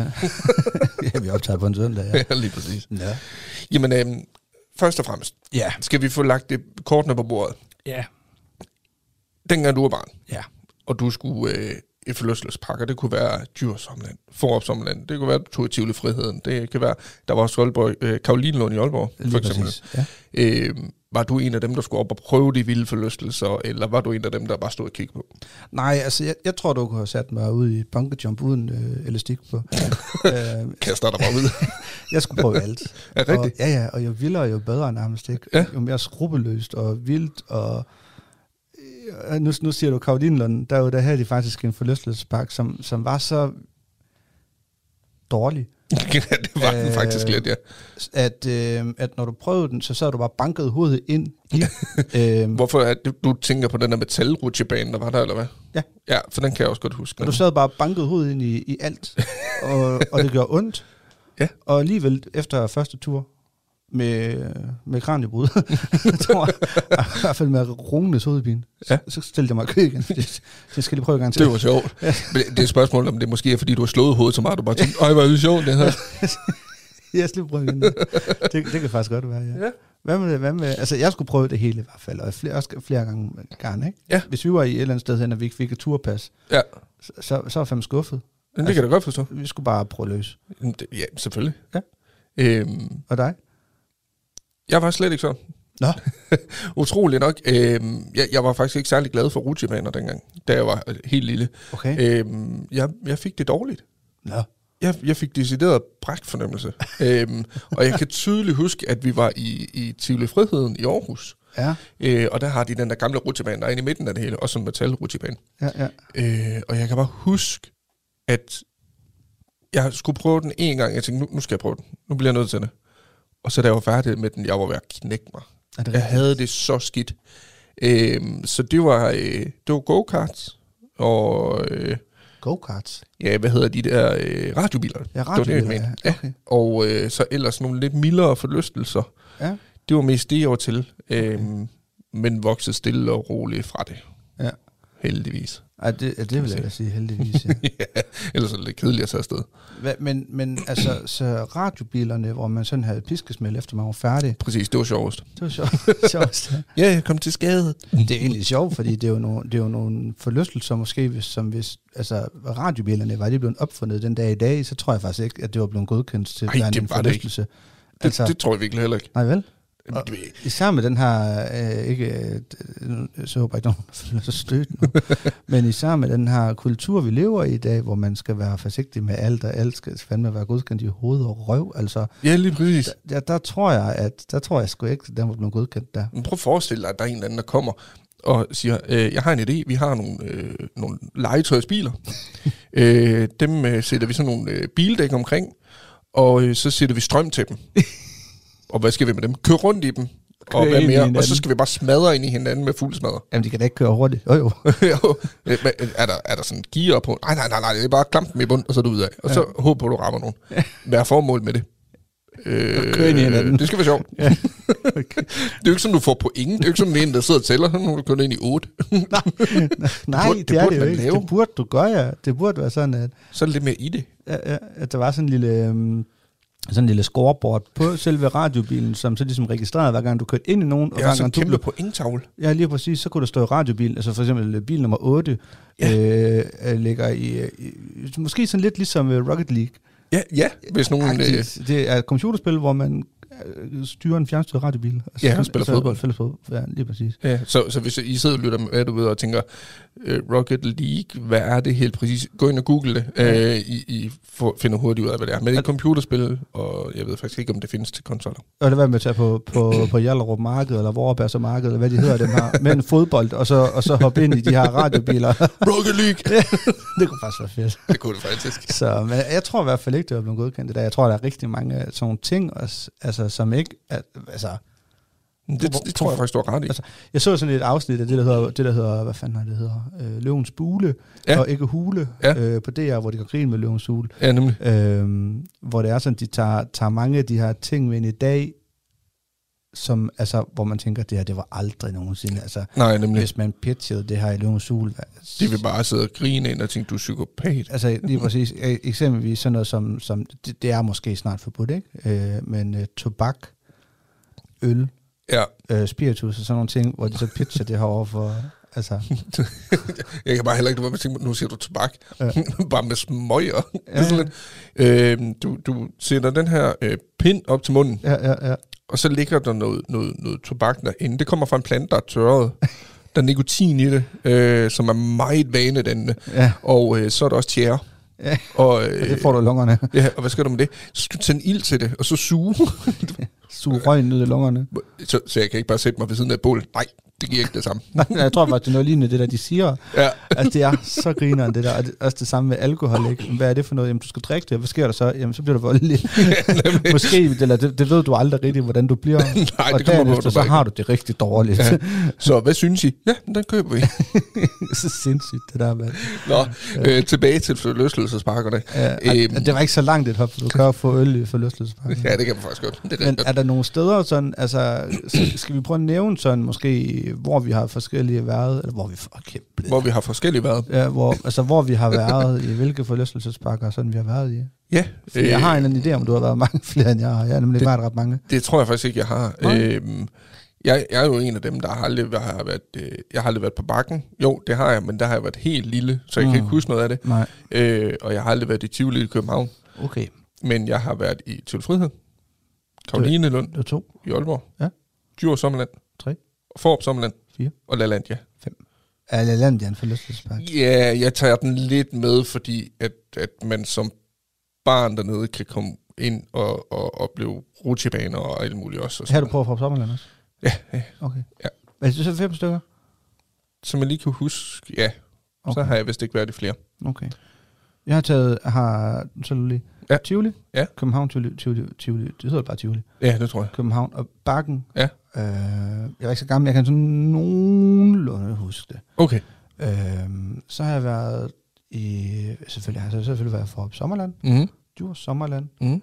ja vi optager på en søndag, ja. Ja, lige præcis. Ja. Jamen, øhm, først og fremmest, ja. skal vi få lagt det kortene på bordet. Ja. Dengang du var barn, ja. og du skulle øh, i forlystelsesparker, det kunne være Djursomland, Forupsomland, det kunne være, du tog i Tivoli Friheden, det kan være, der var også Aalborg, øh, Karolinelund i Aalborg, lige for eksempel. Ja. Øh, var du en af dem, der skulle op og prøve de vilde forlystelser, eller var du en af dem, der bare stod og kiggede på? Nej, altså, jeg, jeg tror, du kunne have sat mig ud i bunkejump uden øh, elastik på. øh, Kaster dig bare ud. Jeg skulle prøve alt. Er det rigtigt? Og, ja, ja, og jo vildere, jo bedre nærmest, ikke? Ja. Jo mere skrupelløst og vildt, og øh, nu, nu siger du Karolinelund, der er jo der her de faktisk en forlystelsespark, som, som var så dårlig. Ja, det var den faktisk lidt, ja. At, øh, at når du prøvede den, så sad du bare banket hovedet ind i. øh, Hvorfor er det, du tænker på den der metalrutsjebane, der var der, eller hvad? Ja. Ja, for den kan jeg også godt huske. Og du sad bare banket hovedet ind i, i alt, og, og det gjorde ondt. Ja. Og alligevel efter første tur med, med kraniebrud, tror jeg, i hvert fald med rungende hovedpine, ja. så, så stillede jeg mig i kø igen. Det, det skal lige prøve en gang til. Det var sjovt. Ja. Men det er et spørgsmål, om det måske er, fordi du har slået hovedet så meget, du bare tænkte, øj, hvor er det sjovt, det her. Jeg skal lige prøve igen. Det, det kan faktisk godt være, ja. ja. Hvad med, hvad med, altså jeg skulle prøve det hele i hvert fald, og flere, også flere gange gerne, ikke? Ja. Hvis vi var i et eller andet sted hen, og vi ikke fik et turpas, ja. så, så, så var jeg fandme skuffet. Men det altså, kan jeg da godt forstå. Vi skulle bare prøve løs. Ja, selvfølgelig. Ja. Øhm, og dig? Jeg var slet ikke sådan. Nå. Utroligt nok. Øhm, jeg, jeg var faktisk ikke særlig glad for rutsjebaner dengang, da jeg var helt lille. Okay. Øhm, jeg, jeg fik det dårligt. Nå. Jeg, jeg fik decideret brækfornemmelse. øhm, og jeg kan tydeligt huske, at vi var i, i Tivoli Friheden i Aarhus. Ja. Øh, og der har de den der gamle rutsjebane, der er inde i midten af det hele, også en metalrutsjebane. Ja, ja. Øh, og jeg kan bare huske, at jeg skulle prøve den en gang. Jeg tænkte, nu, nu skal jeg prøve den. Nu bliver jeg nødt til det. Og så da jeg var færdig med den, jeg var ved at knække mig. Jeg havde det så skidt. Øhm, så det var, øh, det var go-karts. Og, øh, go-karts? Ja, hvad hedder de der øh, radiobiler? Ja, radiobiler, det var det, jeg ja. Okay. Og øh, så ellers nogle lidt mildere forlystelser. Ja. Det var mest det, jeg var til. Øhm, okay. Men voksede stille og roligt fra det. Ja. Heldigvis. Ej, det, det vil jeg da sige, heldigvis, ja. Ja, ellers er det lidt kedeligt at tage afsted. Hva, men, men altså, så radiobilerne, hvor man sådan havde piskesmæld efter man var færdig. Præcis, det var sjovest. Det var sjovest, sjovest ja. Ja, jeg kom til skade. Det er egentlig sjovt, fordi det er jo nogle, det er jo nogle forlystelser måske, hvis, som hvis altså, radiobilerne var de blevet opfundet den dag i dag, så tror jeg faktisk ikke, at det var blevet godkendt til Ej, en det forlystelse. Det, altså, det tror jeg virkelig heller ikke. Nej vel? Og især med den her, øh, ikke, øh, så håber jeg ikke, nogen føler sig stødt nu, men især med den her kultur, vi lever i i dag, hvor man skal være forsigtig med alt, og alt skal fandme være godkendt i hoved og røv. Altså, ja, lige præcis. Der, der tror jeg, at der tror jeg sgu ikke, at den var blevet godkendt der. Men prøv at forestille dig, at der er en eller anden, der kommer og siger, øh, jeg har en idé, vi har nogle, øh, nogle legetøjsbiler. øh, dem øh, sætter vi sådan nogle øh, bildæk omkring, og øh, så sætter vi strøm til dem. Og hvad skal vi med dem? Køre rundt i dem, Kør og, hvad mere? i Og så skal vi bare smadre ind i hinanden med fuld smadre. Jamen, de kan da ikke køre hurtigt. Jo, jo. jo. er, der, er der sådan gear på? Nej, nej, nej, nej, det er bare klampe dem i bund, og så er du ud af. Og ja. så håber på, at du rammer nogen. Hvad er formålet med det? Øh, køre ind i hinanden. Det skal være sjovt. Ja. Okay. Det er jo ikke sådan, du får point. Det er jo ikke sådan en, der sidder og tæller. Nu er du kørt ind i otte. nej, nej, det, det, det er det jo ikke. Lave. Det burde du gøre, ja. Det burde være sådan, at... Så er det lidt mere i det. Ja, ja, at der var sådan en lille... Um, sådan en lille scoreboard på selve radiobilen, som så ligesom registrerede, hver gang du kørte ind i nogen. Og ja, så kæmpe blev... på indtavle. Ja, lige præcis. Så kunne der stå i radiobilen, altså for eksempel bil nummer otte, ja. øh, ligger i, i... Måske sådan lidt ligesom Rocket League. Ja, ja. Hvis nogen... Øh... Det er et computerspil, hvor man styrer en fjernstyret radiobil. Altså, ja, og spiller fodbold. Spiller fodbold, ja, lige præcis. Ja, så, så hvis I sidder og lytter med, du ved, og tænker, uh, Rocket League, hvad er det helt præcis? Gå ind og google det. Ja. Uh, I, I får, finder hurtigt ud af, hvad det er. Men det er et computerspil, og jeg ved faktisk ikke, om det findes til konsoller. Og det var med at tage på, på, på Hjallerup Marked, eller Vorbasse Marked, eller hvad de hedder, dem her, med en fodbold, og så, og så hoppe ind i de her radiobiler. Rocket League! Det kunne faktisk være fedt. Det kunne det faktisk. Så, men jeg tror i hvert fald ikke, det var blevet godkendt det der. Jeg tror, der er rigtig mange sådan nogle ting, også, altså, som ikke... At, altså, det, det, det tror jeg faktisk, du har ret i. Altså, jeg så sådan et afsnit af det, der hedder, det, der hedder hvad fanden er det hedder, øh, Løvens Bule, ja. og ikke Hule, ja. øh, på D R, hvor de kan grine med Løvens Hule. Ja, nemlig. Øh, hvor det er sådan, de tager, tager mange af de her ting med ind i dag, som, altså, hvor man tænker, det her, det var aldrig nogensinde. Altså, nej, nemlig. Hvis man pitchede det her i Løvens Hule. De vil bare sidde og grine ind og tænke, du er psykopat. Altså, lige præcis. Eksempelvis sådan noget som, som det, det er måske snart forbudt, ikke? Øh, men øh, tobak, øl, ja. øh, spiritus og sådan nogle ting, hvor de så pitcher det her over for... Altså. Jeg kan bare heller ikke, du tænke, nu siger du tobak. Ja. Bare med smøger. Ja, ja. Lidt, øh, du, du sætter den her øh, pind op til munden, ja, ja, ja. og så ligger der noget, noget, noget tobak derinde. Det kommer fra en plante, der er tørret. Der er nikotin i det, øh, som er meget vanedannende. Ja. Og øh, så er der også tjære. Ja, og, øh, og det får du i lungerne. Ja, og hvad skal du med det? Så skal du tænde ild til det, og så suge. Suge røgen ud af lungerne. Så, så jeg kan ikke bare sætte mig ved siden af et bål. Nej, det giver ikke det samme. Nej, jeg tror faktisk, det er noget lignende, det der, de siger. Ja. Altså, det er så grineren, det der. Og det, også det samme med alkohol, ikke? Hvad er det for noget? Jamen, du skal drikke det. Hvad sker der så? Jamen, så bliver du voldelig. Ja, måske, eller det, det ved du aldrig rigtigt, hvordan du bliver. Nej, og det kommer på, efter, så har du det rigtig dårligt. Ja. Så hvad synes I? Ja, den køber vi. Så sindssygt, det der, mand. Nå, ja. øh, tilbage til forlystelsesparkerne. Ja, æm... Det var ikke så langt et hop, du kan få øl i forlystelsesparkerne. Ja, det kan man faktisk godt. Det er Men godt. Er der nogle steder, sådan, altså, skal vi prøve at nævne sådan, måske, hvor vi har forskellige været, eller hvor vi, okay, hvor vi har forskellige været? Ja, hvor, altså, hvor vi har været i, hvilke forlystelsesparker, sådan vi har været i. Ja. Øh, jeg har en anden idé om, du har været mange flere, end jeg har. Jeg har nemlig ikke været ret mange. Det tror jeg faktisk ikke, jeg har. Øhm, jeg, jeg er jo en af dem, der har aldrig har været, øh, jeg har aldrig været på Bakken. Jo, det har jeg, men der har jeg været helt lille, så jeg mm. kan ikke huske noget af det. Nej. Øh, og jeg har aldrig været i Tivoli i København. Okay. Men jeg har været i Tivoli Frihed, Karoline Lund, det var to. I Aalborg, ja. Djurs Sommerland, tre. Forop Sommerland, fire. Og LaLandia, fem. Er LaLandia en forlystelsespark? Ja, jeg tager den lidt med, fordi at, at man som barn dernede kan komme ind og, og opleve rutsjebaner og alt muligt også. Og har du prøvet Forop Sommerland også? Ja, ja. Okay. Ja. Er det så fem stykker? Som jeg lige kan huske, ja. Okay. Så har jeg vist ikke været i flere. Okay. Jeg har taget, har, så lige, ja. Tivoli, ja. København, Tivoli, Tivoli, Tivoli, det hedder bare Tivoli. Ja, det tror jeg. København og Bakken. Ja. Øh, jeg var ikke så gammel, jeg kan sådan nogenlunde huske det. Okay. Øh, så har jeg været i, selvfølgelig har jeg selvfølgelig været for Sommerland, mm-hmm. Djurs Sommerland. Mm.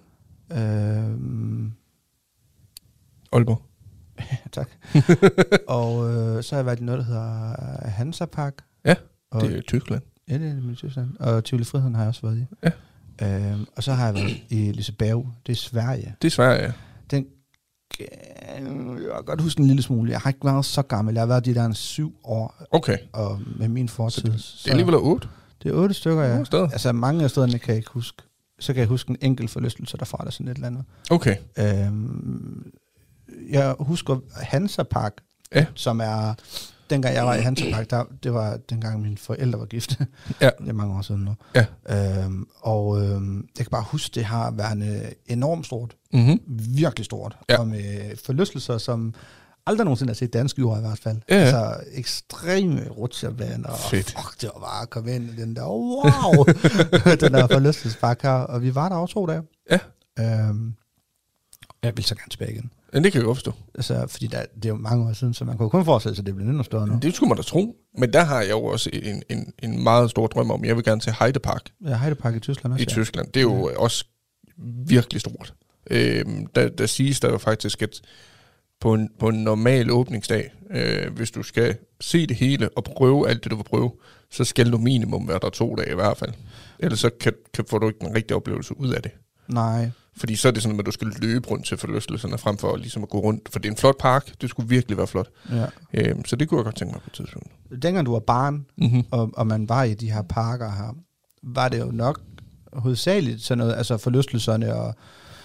Øh, Aalborg. tak. Og øh, så har jeg været i noget, der hedder Hansa Park. Ja, og, det er Tyskland. Ja, det er det, Tyskland. Og Tivoli Friheden har jeg også været i. Ja. Øhm, og så har jeg været i Liseberg. Det er Sverige. Det er Sverige, ja. Den, jeg kan godt huske en lille smule. Jeg har ikke været så gammel. Jeg har været de der en syv år. Okay. Og med min fortid. Det, det er alligevel otte. Det er otte stykker, ja. Oh, altså mange af stederne kan jeg ikke huske. Så kan jeg huske en enkelt forlystelse derfra, eller sådan et eller andet. Okay. Øhm, jeg husker Hansa Park, Ja. som er, dengang jeg var i Hansa Park, der, det var dengang mine forældre var gift. Ja. Det er mange år siden nu. Ja. Øhm, og øhm, jeg kan bare huske, det har været enormt stort. Mm-hmm. Virkelig stort. Ja. Og med forlystelser, som aldrig nogensinde har set danske jord i hvert fald. Ja, ja. Altså ekstreme rutsjebaner. Og Fedt. fuck, det var bare at komme ind i den der, wow, den der forlystelsespark her. Og vi var der over to dage. Ja. Øhm, jeg vil så gerne tilbage igen. Ja, det kan jeg godt forstå. Altså, fordi der, det er jo mange år siden, så man kunne kun forestille sig, at det bliver endnu større nu. Det skulle man da tro. Men der har jeg jo også en, en, en meget stor drøm om. Jeg vil gerne til Heide Park Ja, Heide Park i Tyskland også. i Tyskland. Det er jo ja. også virkelig stort. Øhm, der, der siges der jo faktisk, at på en, på en normal åbningsdag, øh, hvis du skal se det hele og prøve alt det, du vil prøve, så skal du minimum være der to dage i hvert fald. Ellers så kan, kan, får du ikke en rigtig oplevelse ud af det. Nej. Fordi så er det sådan, at du skal løbe rundt til forlystelserne, frem for ligesom at gå rundt. For det er en flot park. Det skulle virkelig være flot. Ja. Øhm, så det kunne jeg godt tænke mig på et tidspunkt. Dengang du var barn, Mm-hmm. og, og man var i de her parker her, var det jo nok hovedsageligt sådan noget, altså forlystelserne og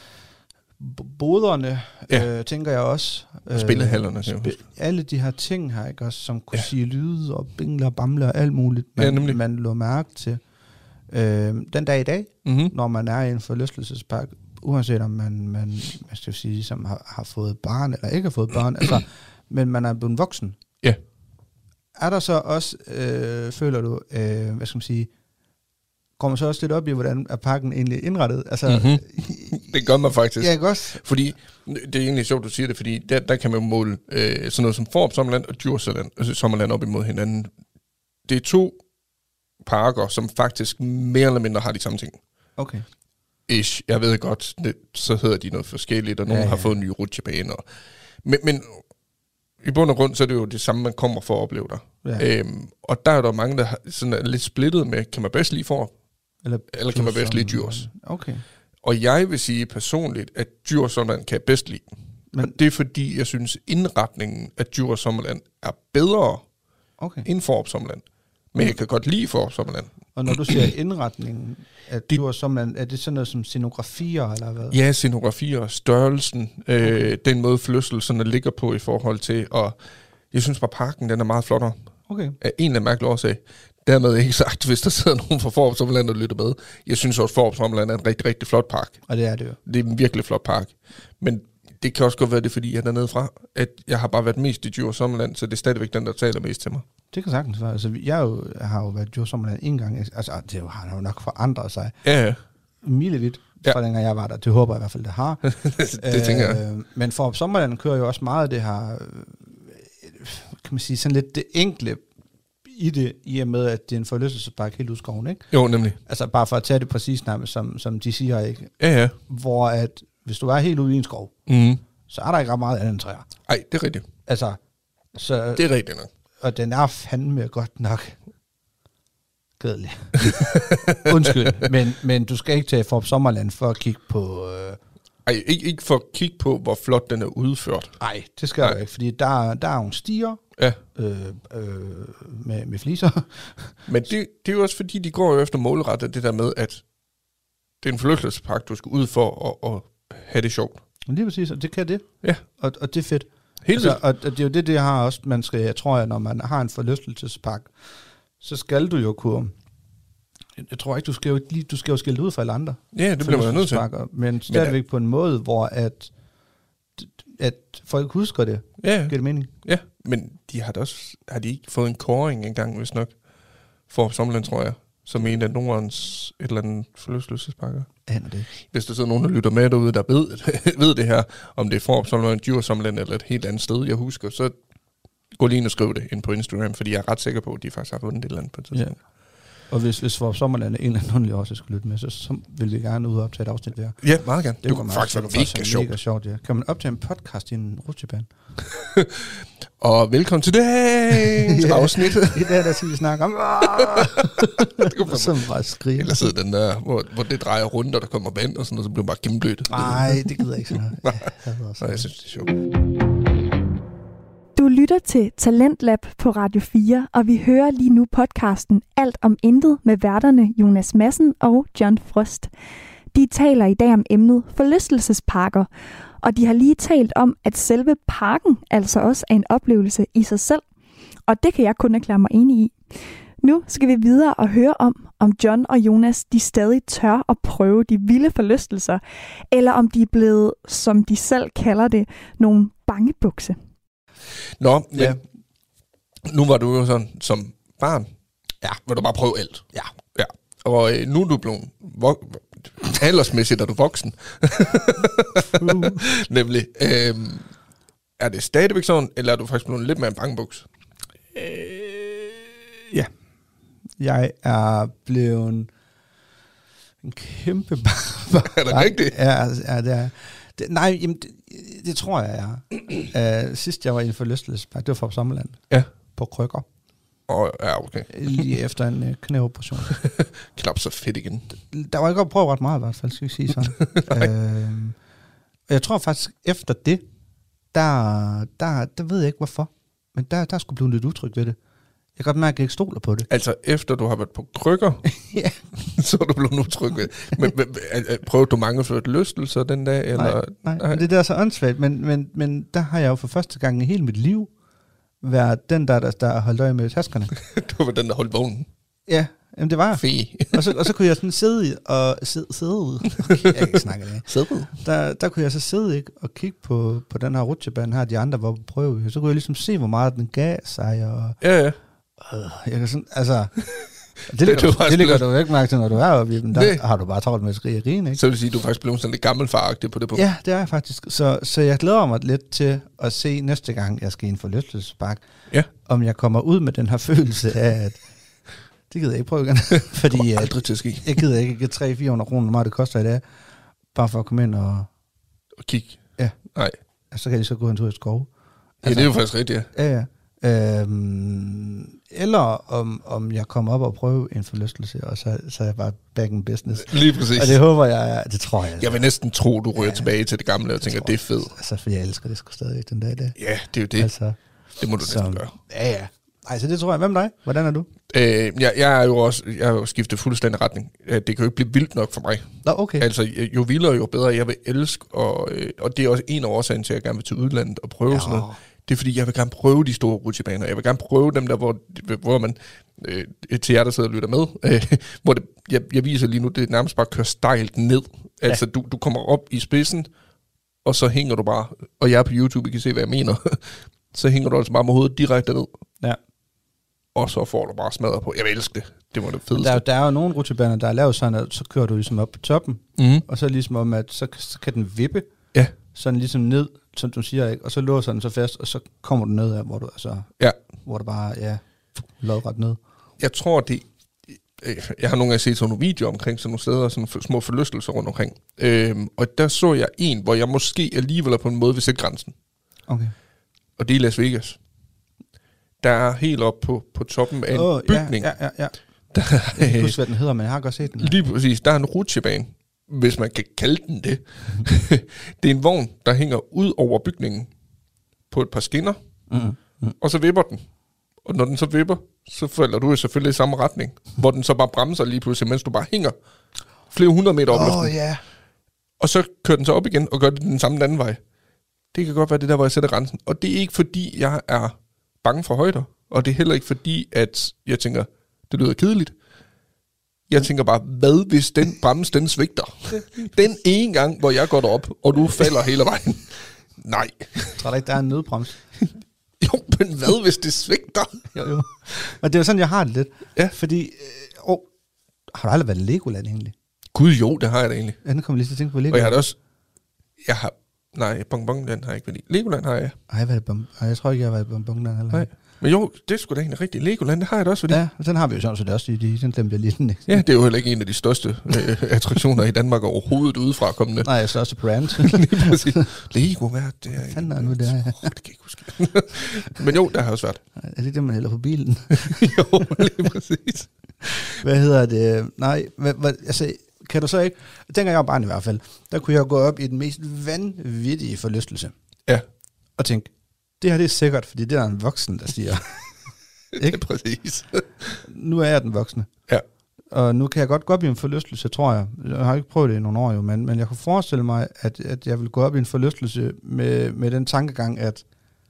b- boderne, Ja. øh, tænker jeg også. Og spillehallerne, Øh, kan jeg huske. alle de her ting her, ikke også, som kunne Ja. ja. sige lyde og bingle og bamle og alt muligt, man, Ja, nemlig. man lå mærke til. Øh, den dag i dag, Mm-hmm. når man er i en forlystelsespark, uanset om man, man hvad skal jeg sige, som har, har fået barn eller ikke har fået barn, altså, men man er blevet voksen. Ja. Er der så også, øh, føler du, øh, hvad skal man sige, går man så også lidt op i, hvordan er parken egentlig indrettet? Altså, Mm-hmm. Det gør man faktisk. ja, ikke også? Fordi, det er egentlig sjovt, du siger det, fordi der, der kan man jo måle øh, sådan noget som Forup Sommerland og Djursland altså Sommerland op imod hinanden. Det er to parker, som faktisk mere eller mindre har de samme ting. Okay. Ish, jeg ved godt, det, så hedder de noget forskelligt, og nogen Ja, ja, ja. har fået en ny rutsjebane. Og, men, men i bund og grund, så er det jo det samme, man kommer for at opleve der. Ja. Øhm, og der er der mange, der har, sådan er lidt splittet med, kan man bedst lide Forup, Eller, eller kan man bedst lide Djurs? Okay. Og jeg vil sige personligt, at Djurs Sommerland kan jeg bedst lide. Men, Men- og det er fordi, jeg synes, indretningen af Djurs Sommerland er bedre Okay. end Forup Sommerland. Men jeg kan godt lide Forup Sommerland. Og når du siger indretningen, at du er, som, er det sådan noget som scenografier, eller hvad? Ja, scenografier, størrelsen, øh, den måde forlystelserne ligger på i forhold til, og jeg synes bare, parken den er meget flottere Okay. af en eller anden mærkelig årsag. Dermed ikke sagt, hvis der sidder nogen fra Forup Sommerland og lytter med. Jeg synes også, Forup Sommerland er en rigtig, rigtig flot park. Og det er det jo. Det er en virkelig flot park. Men det kan også godt være det, fordi jeg er dernede fra, at jeg har bare været mest i Djurs Sommerland, så det er stadigvæk den, der taler mest til mig. Det kan sagtens være. Altså, jeg, er jo, jeg har jo været i Djurs Sommerland en gang. Altså, det er jo- har jo nok forandret sig Ja, ja. milevidt Ja. fra dengang jeg var der. Det håber jeg i hvert fald, det har. det, det tænker jeg. Øh, men for Sommerland kører jo også meget af det her, øh, kan man sige, sådan lidt det enkle i det, i og med, at det er en forlystelsespark helt ud i skoven, ikke? Jo, nemlig. Altså bare for at tage det præcis nærmest, som, som de siger, ikke? Ja, ja. Hvor at, hvis du er helt ude i en skov, Mm. så er der ikke ret meget andet end træer. Ej, det er rigtigt. Altså, så, Det er rigtigt nok. og den er fandme godt nok kedelig. Undskyld, men, men du skal ikke til Forup Sommerland for at kigge på... Øh, Ej, ikke, ikke for at kigge på, hvor flot den er udført. nej, det skal Nej. du ikke, fordi der, der er nogle stier Ja, øh, øh, med, med fliser. men det, det er jo også fordi, de går jo efter målrettet det der med, at det er en forlystelsespark, du skal ud for at, at have det sjovt. Lige præcis, og det kan det. Ja. Og, og det er fedt. Helt Altså, vildt. og, og det er jo det, det har også, man skal, jeg tror, at når man har en forlystelsespark, så skal du jo kunne, jeg tror ikke, du skal jo, ikke lige, du skal jo skille det ud fra alle andre. Ja, det bliver man jo nødt til. forlystelsesparker, Men stadigvæk på en måde, hvor at, at folk husker det. Ja, Giver det mening? ja, men de har da også, har de ikke fået en kåring engang, hvis nok, for Sommerland, tror jeg, som en af Nordens et eller andet forlystelsesparker. Aner det. Hvis der sidder nogen, der lytter med derude, der ved, ved det her, om det er Forup Sommerland, Djurs Sommerland eller et helt andet sted, jeg husker, så gå lige ind og skriv det ind på Instagram, fordi jeg er ret sikker på, at de faktisk har vundet et eller andet på et tidspunkt. Ja. Og hvis, hvis Forup Sommerland er en eller anden også skulle lytte med, så, så vil vi gerne ud og optage et afsnit der. Ja, meget gerne. Det, det kunne kunne faktisk være mega sjovt. Mega sjovt, ja. Kan man optage en podcast i en rutsjebane? Og velkommen til dagens Ja. afsnit. I dag, der skal vi snakke om... Det kunne Og så bare skrige. Eller sidder den der, hvor, hvor det drejer rundt, og der kommer vand og sådan noget, så bliver det bare gennemblødt. Nej, det gider jeg ikke sådan noget. Jeg hader Så sådan jeg synes, det er sjovt. Du lytter til Talentlab på Radio fire, og vi hører lige nu podcasten Alt om intet med værterne Jonas Madsen og John Frost. De taler i dag om emnet forlystelsesparker, og de har lige talt om, at selve parken altså også er en oplevelse i sig selv. Og det kan jeg kun erklære mig enig i. Nu skal vi videre og høre om, om John og Jonas de stadig tør at prøve de vilde forlystelser, eller om de er blevet, som de selv kalder det, nogle bangebukse. Nå, men Ja. nu var du jo sådan som barn. Ja. Vil du bare prøve alt. Ja. Ja. Og øh, nu er du blevet vok- aldersmæssigt er du voksen. Uh. Nemlig, øh, er det stadigvæk sådan, eller er du faktisk blevet lidt mere en bangebuks? Ja. Jeg er blevet en kæmpe bar- Er det rigtigt? Ja, ja, det er. Det, nej, jamen, det, det tror jeg, jeg er. Uh, sidst jeg var i en forlystelsespark, det var fra Sommerland. Ja. På krykker. Åh, oh, ja, okay. Lige efter en uh, knæoperation. Knap så fedt igen. Der var ikke at prøve ret meget i hvert fald, skal vi sige sådan. uh, og jeg tror faktisk, efter det, der, der, der ved jeg ikke hvorfor, men der, der skulle blive lidt utryg ved det. Jeg kan godt mærke, at jeg ikke stoler på det. Altså, efter du har været på krykker, Ja. så er du blevet utryg ved. Men, men er- er- prøvede du mange forlystelser den dag? Eller? Nej, nej, Nej. men det der er så åndssvagt, men, men, men der har jeg jo for første gang i hele mit liv været den, der, der, der har holdt øje med taskerne. Du var den, der holdt vognen. Ja, jamen det var jeg. Fe. Og så, og så kunne jeg sådan sidde i og sidde, sidde ud. Okay, jeg kan ikke snakke det. Sædet. Der, der kunne jeg så sidde ikke, og kigge på, på den her rutsjebane her, de andre var på prøve. Så kunne jeg ligesom se, hvor meget den gav sig. Og, Ja, ja. øh, jeg kan sådan, altså... Det Det ligger, er det, faktisk det ligger lidt- du jo ikke mærke til, når du er oppe i dem. Der Det- har du bare travlt med at skrige og grine, ikke? Så vil det sige, at du er faktisk blevet sådan lidt gammelfaragtig på det punkt. Ja, det er jeg faktisk. Så, så jeg glæder mig lidt til at se næste gang, jeg skal i en forlystelsespark, Ja. om jeg kommer ud med den her følelse af, at det gider jeg ikke prøve igen. Fordi Det at, kommer aldrig til at ske. jeg gider ikke give tre til fire hundrede kroner, hvor meget det koster i dag, bare for at komme ind og... Og kig. Ja. Nej. Så kan jeg lige så gå en tur i skov. Ja, det er jo faktisk rigtigt, ja. Ja, ja. Øhm, eller om, om jeg kommer op og prøver en forlystelse, og så, så er jeg bare back in business. Lige præcis. Og det håber jeg, det tror jeg. Jeg vil næsten tro, du ryger Ja. tilbage til det gamle og tænker, tror det er fedt. Altså, for jeg elsker det sgu stadig den dag i dag. Ja, det er jo det. Altså, Det må du næsten gøre. Ja, ja. Ej, så det tror jeg. Hvem er dig? Hvordan er du? Øh, jeg, jeg er jo også, jeg har jo skiftet fuldstændig retning. Øh, Det kan jo ikke blive vildt nok for mig. Nå, okay. Altså, jo vildere, jo bedre. Jeg vil elske, og, øh, og det er også en af årsagen til, at jeg gerne vil til udlandet og prøve Ja. sådan noget. Det er fordi, jeg vil gerne prøve de store rutsjebaner. Jeg vil gerne prøve dem der, hvor, hvor man, øh, til jer, der sidder og lytter med, øh, hvor det, jeg, jeg viser lige nu, det er nærmest bare kører stejlt ned. Altså, du, du kommer op i spidsen, og så hænger du bare, og jeg er på YouTube, I kan se, hvad jeg mener, så hænger du altså bare med hovedet direkte ned, Ja. og så får du bare smadret på. Jeg vil elske det. Det var det Men fedeste. Der, er- der er jo nogle rutsjebaner, der er lavet sådan, at så kører du ligesom op på toppen, Mm. og så ligesom om, at så, så kan den vippe, Ja. sådan ligesom ned, som du siger, ikke? Og så låser den så fast, og så kommer du ned af, hvor du altså, Ja. hvor du bare, ja, lodret ned. Jeg tror, det... øh, Jeg har nogle gange set sådan nogle videoer omkring sådan nogle steder, sådan nogle små forlystelser rundt omkring. Øhm, og der så jeg en, hvor jeg måske alligevel er på en måde ved sætte grænsen. Okay. Og det er Las Vegas. Der er helt op på, på toppen af en Åh, bygning. Ja, ja, ja. ja. Der, Jeg kan ikke huske, hvad den hedder, men jeg har godt set den. lige præcis, der er en rutsjebane, hvis man kan kalde den det. Det er en vogn, der hænger ud over bygningen på et par skinner, Mm-hmm. Mm. og så vipper den. Og når den så vipper, så falder du jo selvfølgelig i samme retning, hvor den så bare bremser lige pludselig, mens du bare hænger flere hundrede meter op i Åh, luften. ja. Og så kører den så op igen, og gør det den samme anden vej. Det kan godt være det der, hvor jeg sætter grænsen. Og det er ikke fordi, jeg er bange for højder. Og det er heller ikke fordi, at jeg tænker, det lyder kedeligt. Jeg tænker bare, hvad hvis den bremse, den svigter? Den ene gang, hvor jeg går derop, og du falder hele vejen. Nej. Jeg tror da ikke, der er en nødbrems. Jo, men hvad hvis det svigter? Jo, jo. Men det er jo sådan, jeg har det lidt. Ja. Fordi, øh, åh, har du aldrig været i Legoland egentlig? Gud jo, det har jeg da egentlig. Ja, nu kommer jeg lige til at tænke på Og jeg Legoland. har da også... Jeg har... Nej, Bonbonland har jeg ikke været i. Legoland har jeg. Ej, jeg, har været i Bom- Ej, jeg tror ikke, jeg har været i Bonbonland heller. Nej. Men jo, det er sgu da egentlig rigtigt. Legoland, det har jeg da også været i. Ja, og sådan har vi jo sådan, så det er også de, den glemte jeg lige den. Ja, det er jo heller ikke en af de største øh, attraktioner i Danmark overhovedet udefra kommende. Nej, jeg største brand. Lige præcis. Lego, hvad er det? Hvad fanden er nu det her? Oh, det kan jeg ikke huske. Men jo, der har også været. Er det det, man hælder på bilen? Jo, lige præcis. Hvad hedder det? Nej, hvad, hvad, altså, kan du så ikke... Dengang jeg var barn i hvert fald, der kunne jeg gå op i den mest vanvittige forlystelse. Ja. Og tænke, det her det er sikkert, fordi det er en voksen, der siger. Ikke præcis. Nu er jeg den voksne. Ja. Og nu kan jeg godt gå op i en forlystelse, tror jeg. Jeg har ikke prøvet det i nogle år jo, men, men jeg kunne forestille mig, at, at jeg vil gå op i en forlystelse med, med den tankegang, at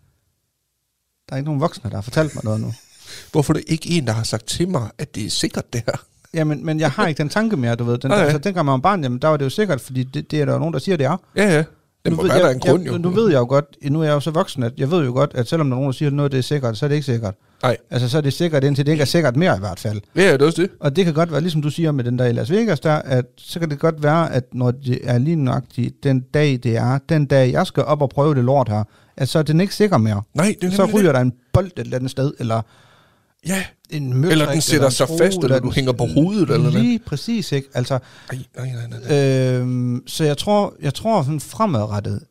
der er ikke nogen voksne, der har fortalt mig noget nu. Hvorfor er det ikke en, der har sagt til mig, at det er sikkert det her? Jamen, men jeg har ikke den tanke mere, du ved. Den, ah, ja. altså, dengang man var barn, jamen, der var det jo sikkert, fordi det, det er der jo nogen, der siger, det er. Ja, ja. Det må ved, være, jeg, der er en grund, jeg, jo. Nu ved jeg jo godt, nu er jeg jo så voksen, at jeg ved jo godt, at selvom der er nogen, der siger, at noget det er sikkert, så er det ikke sikkert. Nej. Altså, så er det sikkert, indtil det ikke er sikkert mere i hvert fald. Ja, det er også det. Og det kan godt være, ligesom du siger med den der i Las Vegas der, at så kan det godt være, at når det er lige nøjagtigt den dag, det er, den dag, jeg skal op og prøve det lort her, at så er den ikke sikker mere. Nej, det er så ryger det. der en bold et eller andet sted, eller ja, en møtrik, eller den sætter sig fast, eller du hænger på hovedet, eller lige noget. præcis, ikke? Altså, Ej, nej, nej, nej, nej. Øhm, så jeg tror, jeg tror sådan fremadrettet,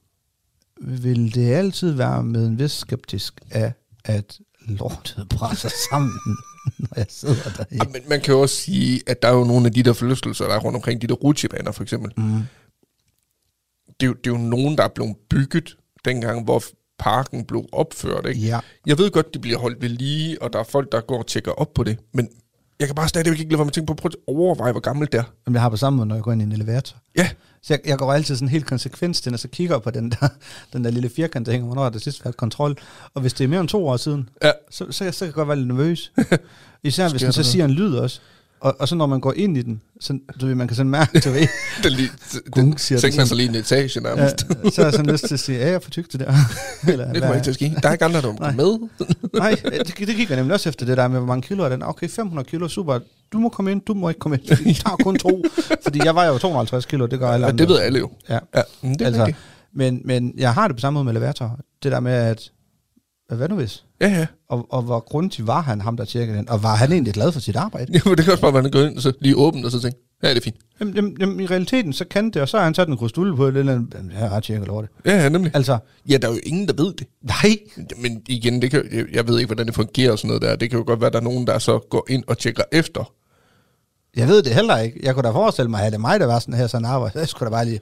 vil det altid være med en vis skeptisk af, at lortet presser sammen, når jeg sidder der. Ja, men man kan jo også sige, at der er jo nogle af de der forlystelser, der er rundt omkring, de der rutsjebaner for eksempel. Mm. Det, er jo, det er jo nogen, der er blevet bygget dengang, hvor parken blev opført. Ikke? Ja. Jeg ved godt, de bliver holdt ved lige, og der er folk, der går og tjekker op på det, men jeg kan bare stadigvæk ikke lade være med at tænke på, prøv at overveje, hvor gammelt det er. Jamen, jeg har på samme måde, når jeg går ind i en elevator. Ja. Så jeg, jeg går altid sådan helt konsekvens til, og så kigger på den der, den der lille firkant, der hænger, hvornår har det sidst været kontrol. Og hvis det er mere end to år siden, ja. så, så, så kan jeg godt være lidt nervøs. Især hvis Sker den så der siger en lyd også. Og, og så når man går ind i den, så du ved, man kan sådan mærke, du ved, den lige, Gunk, siger tænker det sig lige en etage nærmest. Ja, så har jeg sådan lyst til at sige, ja, jeg får tykt det der. Eller, Det kommer ikke til at ske. Der er ikke andre, der må med. Nej, det, det gik jeg nemlig også efter det der med, hvor mange kilo er den. Okay, fem hundrede kilo, super. Du må komme ind, du må ikke komme ind. Jeg tager kun to. Fordi jeg var jo to hundrede og halvtreds kilo, det gør alle ja, andre. det ved alle jo. Ja, ja det er altså, men, men jeg har det på samme måde med elevator. Det der med, at hvad nu hvis? Ja, ja. Og, og hvor grundig var han, ham der tjekkede den? Og var han egentlig glad for sit arbejde? Jamen, det kan også bare være, at han går ind og så lige åbent og så tænker, ja, det er fint. Jamen, jamen, jamen, i realiteten, så kan det, og så har han sat en krystal på det, eller en, jeg har ret tjekket lortet. Ja, ja, nemlig. Altså, ja, der er jo ingen, der ved det. Nej. Men igen, det kan, jeg ved ikke, hvordan det fungerer og sådan noget der. Det kan jo godt være, at der er nogen, der så går ind og tjekker efter. Jeg ved det heller ikke. Jeg kunne da forestille mig, at det mig, der var sådan her sådan arbejde. Jeg skulle da bare lige...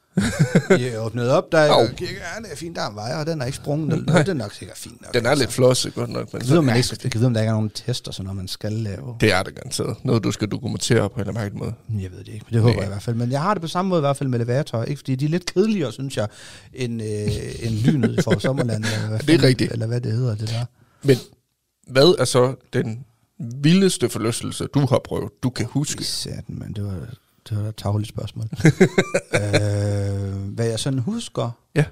Jeg åbnede op, der er kigger, ja, det er fint, der er en vej, og den er ikke sprunget. Den, den er nok sikkert fint nok. Den er altså. lidt flosset, godt nok. Men jeg ved, om man ikke, jeg ved, om der ikke er nogen tester, så når man skal lave. Det er det garanteret. Noget, du skal dokumentere på en eller anden måde. Jeg ved det ikke, men det håber jeg i hvert fald. Men jeg har det på samme måde i hvert fald med elevatorer. Ikke fordi de er lidt kedeligere, synes jeg, end, øh, end lynet for Sommerland. Eller det er rigtigt. Eller hvad det hedder, det der. Men hvad er så den vildeste forlystelse, du har prøvet, du kan huske? Satan, men det var... Det var et tavligt spørgsmål. øh, hvad jeg sådan husker? Ja.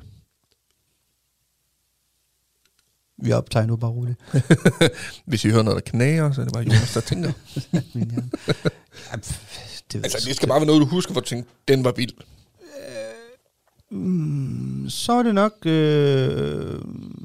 Vi optager nu bare roligt. Hvis I hører noget, der knager, så er det bare Jonas, der tænker. Min hjerne. Ja, det, altså, det skal bare være noget, du husker, hvor du tænker, den var vild. Øh, mm, så er det nok... Øh,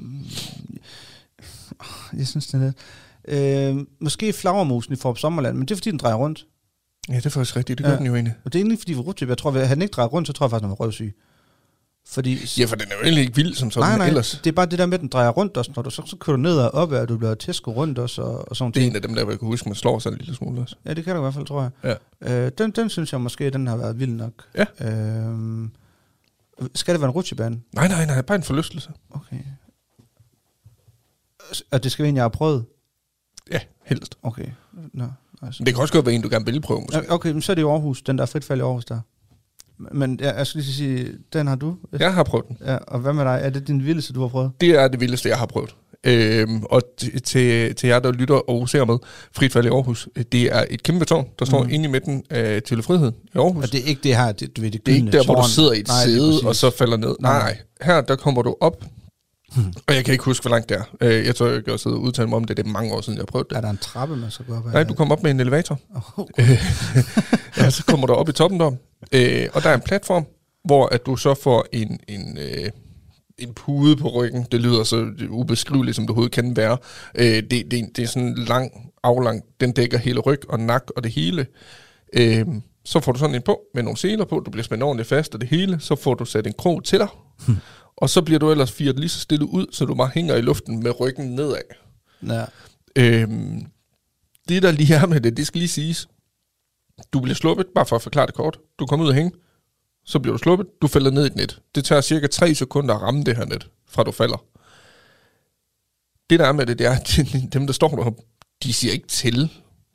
jeg synes, det er lidt... Øh, måske flagermusen i Forop Sommerland, men det er, fordi den drejer rundt. Ja, det er faktisk rigtigt. Det gør ja. den jo egentlig. Og det er egentlig, fordi vi ruttyp, jeg tror, at han ikke drejer rundt, så tror jeg faktisk, han var røvsyg. Fordi, ja, for den er jo egentlig ikke vild som sådan nej, nej, ellers. Det er bare det der med, at den drejer rundt også, når du så, så kører du ned og op, og du bliver tæsket rundt også, og, og sådan det er ting. en af dem, der jeg kan huske, man slår sig en lille smule også. Ja, det kan du i hvert fald, tror jeg. Ja. Øh, den, den synes jeg måske, den har været vild nok. Ja. Øh, skal det være en rutsjebane? Nej, nej, nej, bare en forlystelse. Okay. Og det skal være en, jeg har prøvet? Ja, helst. Okay. Nå, altså. Det kan også godt være en, du gerne vil prøve, måske. Okay, men så er det i Aarhus, den der er frit fald i Aarhus der. Men jeg, jeg skal lige sige, den har du? Jeg har prøvet den. Ja, og hvad med dig? Er det din vildeste, du har prøvet? Det er det vildeste, jeg har prøvet. Øhm, og t- til, til jer, der lytter og ser med, Frit Fald i Aarhus, det er et kæmpe tårn, der står mm. inde i midten af Tølle Frihed i Aarhus. Og det er ikke det her, det, du ved, det, det er ikke der, tårn. hvor du sidder i et nej, sæde, og så falder ned. Nej, nej. Her, der kommer du op, hmm. og jeg kan ikke huske, hvor langt det er. Jeg tror, jeg kan også udtale mig om det. Det er mange år siden, jeg har prøvet det. Er der en trappe, man skal gå op af? Nej, du kommer op med en elevator. Oh, okay. Ja, så kommer du op i toppen der. Øh, og der er en platform, hvor at du så får en, en, øh, en pude på ryggen. Det lyder så ubeskriveligt, som det overhovedet kan være. Øh, det, det, det er sådan en lang, aflang. Den dækker hele ryg og nak og det hele. Øh, så får du sådan en på med nogle seler på. Du bliver spændt ordentligt fast og det hele. Så får du sat en krog til dig. Hmm. Og så bliver du ellers firet lige så stille ud, så du bare hænger i luften med ryggen nedad. Ja. Øh, det der lige er med det, det skal lige siges. Du bliver sluppet, bare for at forklare det kort. Du kommer ud og hænge. Så bliver du sluppet, du falder ned i et net. Det tager cirka tre sekunder at ramme det her net, fra du falder. Det der er med det, det er, at dem, der står deroppe, de siger ikke til. Det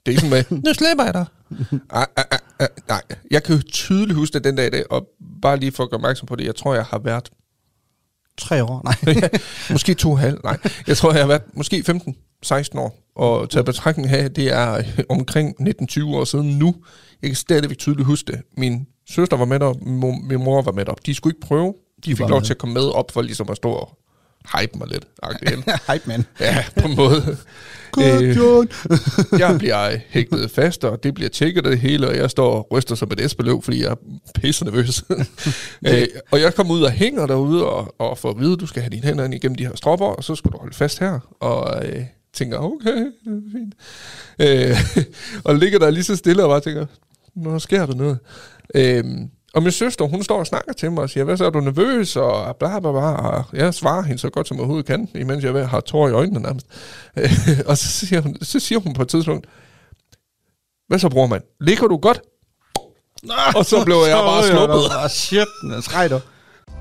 dele med, nu slipper jeg dig. Ej, ej, ej, nej, jeg kan jo tydeligt huske det den dag i dag, og bare lige for at gøre opmærksom på det, jeg tror, jeg har været... Tre år? Nej. ja, måske to og halv, nej. Jeg tror, jeg har været måske femten seksten år, og til betragtning af, det er omkring nitten tyve år siden nu. Jeg kan stadigvæk tydeligt huske det. Min søster var med der, min mor var med der. De skulle ikke prøve. De fik lov til at komme med op for ligesom at stå og hype mig lidt. Hype, man. Ja, på en måde. God, John. Jeg bliver hægtet fast, og det bliver tjekket det hele, og jeg står og ryster som et esbeløv, fordi jeg er pisse nervøs. øh, og jeg kommer ud og hænger derude, og, og får at vide, at du skal have dine hænder ind igennem de her stropper, og så skal du holde fast her. Og øh, tænker, okay, det er fint. Øh, og ligger der lige så stille, og bare tænker, nu sker der noget. Øh, Og min søster, hun står og snakker til mig og siger, hvad så er du nervøs, og bla bla bla, og jeg svarer hende så godt som jeg overhovedet kan, imens jeg har tår i øjnene nærmest. Og så siger, hun, så siger hun på et tidspunkt, hvad så, bror mand, ligger du godt? Nå, og så blev jeg bare sluppet. Åh, shit, skrej du.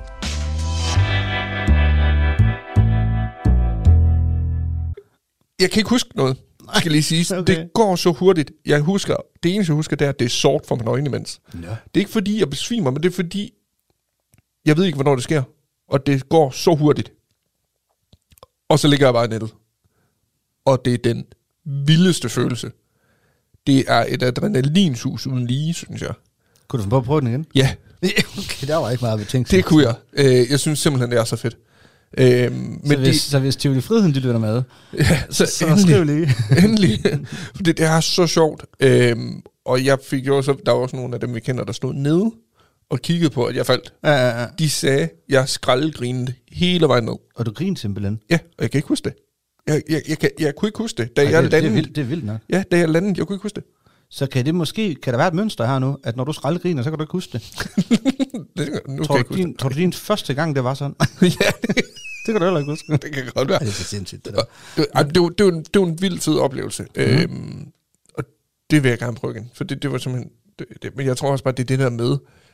Jeg kan ikke huske noget, skal lige sige. Okay. Det går så hurtigt. Jeg husker, det eneste jeg husker, det er, at det er sort for mine øjne imens. Ja. Det er ikke fordi, jeg besvimer, men det er fordi, jeg ved ikke, hvornår det sker. Og det går så hurtigt. Og så ligger jeg bare i nettet. Og det er den vildeste følelse. Det er et adrenalinsus uden lige, synes jeg. Kunne du finde på at prøve den igen? Ja. Okay, der var ikke meget betænkt. Det kunne jeg. Øh, jeg synes simpelthen, det er så fedt. Øhm, men så, hvis, det, så hvis Tivoli Friheden, de lytter med, ja, så, så endelig, skriv lige. endelig. Det, det er så sjovt. Øhm, og jeg fik jo også, der var også nogle af dem, vi kender, der stod nede og kiggede på, at jeg faldt. Ja, ja, ja. De sagde, jeg skraldgrinede hele vejen ned. Og du grinede simpelthen? Ja, og jeg kan ikke huske det. Jeg, jeg, jeg, jeg, jeg kunne ikke huske det. Da Ej, jeg det, landede, det, er vildt, det er vildt nok. Ja, da jeg landede, jeg kunne ikke huske det. Så kan det måske, kan der være et mønster her nu, at når du skraldgriner, så kan du ikke huske det? det nu tror, kan du, din, tror du din første gang, det var sådan? ja, det, det kan du heller ikke huske. Det kan godt være. Ej, det er så sindssygt, det der. Det, det, det, det, var, det var en vild fed oplevelse. Mm. Øhm, og det vil jeg gerne prøve igen. For det, det var simpelthen... Det, det, men jeg tror også bare, det er det der med...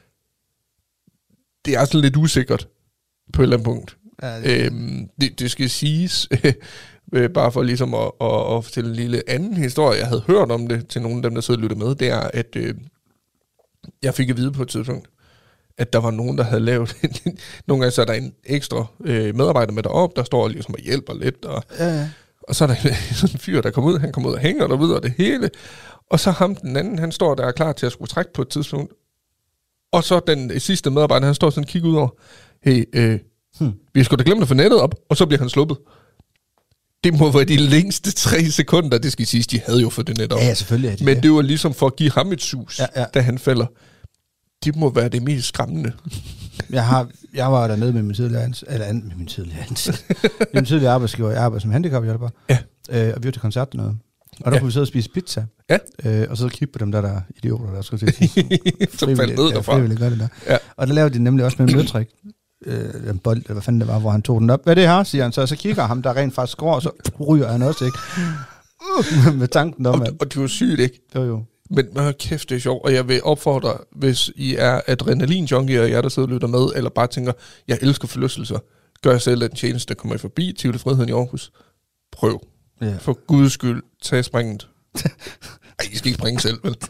Det er sådan lidt usikkert på et eller andet punkt. Ja, det, øhm, det, det skal siges... Øh, bare for ligesom at, at, at fortælle en lille anden historie, jeg havde hørt om det til nogle af dem, der sidder og lytter med, det er, at øh, jeg fik at vide på et tidspunkt, at der var nogen, der havde lavet, nogle gange så er der en ekstra øh, medarbejder med derop, der står ligesom og hjælper lidt, og, ja, ja. og så er der sådan en fyr, der kommer ud, han kommer ud og hænger der videre det hele, og så ham den anden, han står der og er klar til at skulle trække på et tidspunkt, og så den sidste medarbejder, han står sådan og kigger ud over, hey, øh, hmm. vi skulle da glemme at få nettet op, og så bliver han sluppet. Det må være de længste tre sekunder, det skal siges, de havde jo fået det net op. Ja, selvfølgelig er det. Men det. det var ligesom for at give ham et sus, ja, ja. Da han falder. Det må være det mest skræmmende. Jeg har, jeg var dernede med min tidligere ans, eller an, med min tidligere ans, min tidligere arbejdsgiver, jeg arbejder som handicaphjælper, ja. øh, og vi var til koncert dernede. Og der ja. kunne vi sidde og spise pizza, ja. øh, og så kigge på dem der, der idioter, der skulle til. Som faldt ned derfra. Ja, gøre det der. Ja. Og der lavede de nemlig også med en mødtrik. Øh, en bold, hvad fanden det var, hvor han tog den op. Hvad er det her, siger han så. Så kigger ham, der rent faktisk går, og så ryger han også, ikke? Uh, med tanken om, og, at... og det var sygt, ikke? Jo, jo. Men øh, kæft, det er sjovt. Og jeg vil opfordre, hvis I er adrenalin-junkier, og jer, der sidder og lytter med, eller bare tænker, jeg elsker forlystelser, gør jeg selv en tjeneste, der kommer I forbi Tivoli Friheden i Aarhus. Prøv. Ja. For guds skyld, tag springet. Ej, I skal ikke springe selv, vel?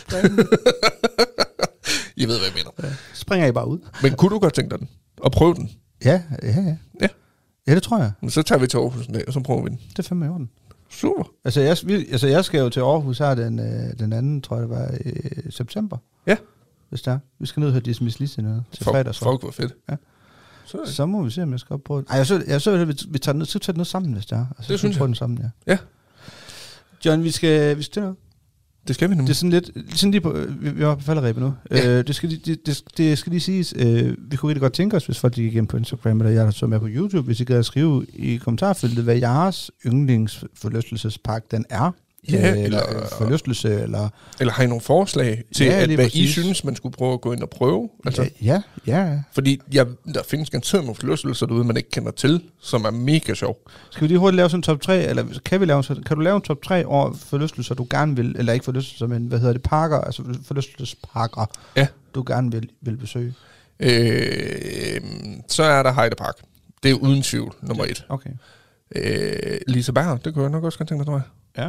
I ved, hvad jeg mener. Ja. Springer I bare ud. Men kunne du godt tænke dig den? Og prøve den? Ja, ja, ja. Ja, ja det tror jeg. Men så tager vi til Aarhus en dag, og så prøver vi den. Det er fandme i orden. Super. Altså jeg, vi, altså, jeg skal jo til Aarhus her den, øh, den anden, tror jeg det var, i øh, september. Ja. Hvis der. Vi skal ned og høre Dismiss Lisse noget til Folk, fredag. Folk var fedt. Ja. Så, så må vi se, om jeg skal op på det. Ej, jeg så, jeg så vi, vi tager ned, så tager det noget sammen, hvis der er. Altså, det synes jeg. Den sammen, ja. Ja. John, vi skal, vi skal til noget. Det skal vi nu. Det er sådan lidt, sådan lige på, vi, vi er på falderæbet nu. Ja. Øh, det, skal, det, det, det skal lige siges, øh, vi kunne rigtig godt tænke os, hvis folk gik ind på Instagram, eller jeg der så med på YouTube, hvis I gad at skrive i kommentarfeltet, hvad jeres yndlingsforlystelsespark den er. Ja, øh, eller, eller forlystelse, eller... Eller har I nogle forslag til, ja, at, hvad præcis. I synes, man skulle prøve at gå ind og prøve? Altså, ja, ja, ja. Fordi jeg, der findes garanteret nogle forlystelser derude, man ikke kender til, som er mega sjov. Skal vi lige hurtigt lave sådan en top tre, eller kan, vi lave, kan du lave en top tre over forlystelser, du gerne vil, eller ikke forlystelser, men hvad hedder det, parker, altså forlystelsesparker, ja. du gerne vil, vil besøge? Øh, så er der Heide Park. Det er uden tvivl nummer et. Okay. Øh, Liseberg, det kunne jeg nok også godt tænke mig, tror jeg. Ja.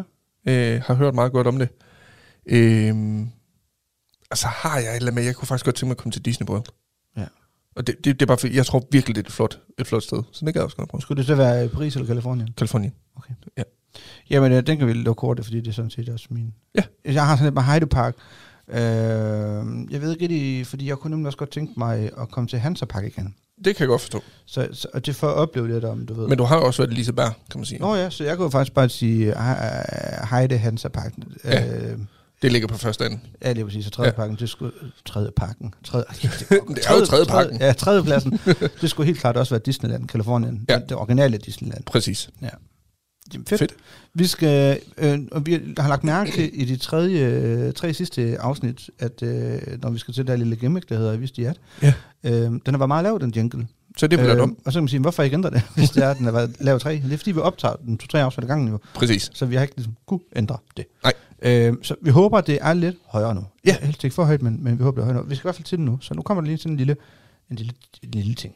Øh, har hørt meget godt om det. Øh, og så har jeg et eller andet med, jeg kunne faktisk godt tænke mig at komme til Disney World. Ja. Og det, det, det er bare fordi, jeg tror virkelig, det er et flot, et flot sted. Så det kan jeg også godt prøve. Skulle det så være i Paris eller Kalifornien? Kalifornien. Okay. Ja. Jamen, øh, den kan vi lukke kortet, fordi det er sådan set også min... Ja. Jeg har sådan lidt med Heide Park. Øh, jeg ved ikke rigtig, fordi jeg kunne nemlig også godt tænke mig at komme til Hansa Park igen. Det kan jeg godt forstå. Så, så og det får at opleve lidt om, du ved. Men du har jo også været i Liseberg, kan man sige. Nå ja, så jeg kunne faktisk bare sige uh, Heide Hansa Park. Ja. Øh, det ligger på første anden. Ja, det er præcis. Så tredje ja. parken, det skulle... Tredje parken. Tredje, det er jo tredje parken. Ja, tredje pladsen. Det skulle helt klart også være Disneyland, Kalifornien. Ja. Det, det originale Disneyland. Præcis. Ja. Fedt. Fedt. Vi skal, øh, og vi har lagt mærke til i de tredje, tre sidste afsnit, at øh, når vi skal til det her lille gimmick, der hedder Jeg vidste, at ja. øh, den har været meget lav, den jingle. Så det bliver øh, dumt. Og så kan man sige, hvorfor ikke ændre det, hvis det er, at den har været lavet tre? Det er fordi, vi optager den to-tre afsnit ad gangen jo. Præcis. Så vi har ikke ligesom kunne ændre det. Nej. Øh, så vi håber, at det er lidt højere nu. Ja. Helst ikke for højt, men, men vi håber, det er højere nu. Vi skal i hvert fald til den nu, så nu kommer der lige sådan en lille, en lille, en lille ting.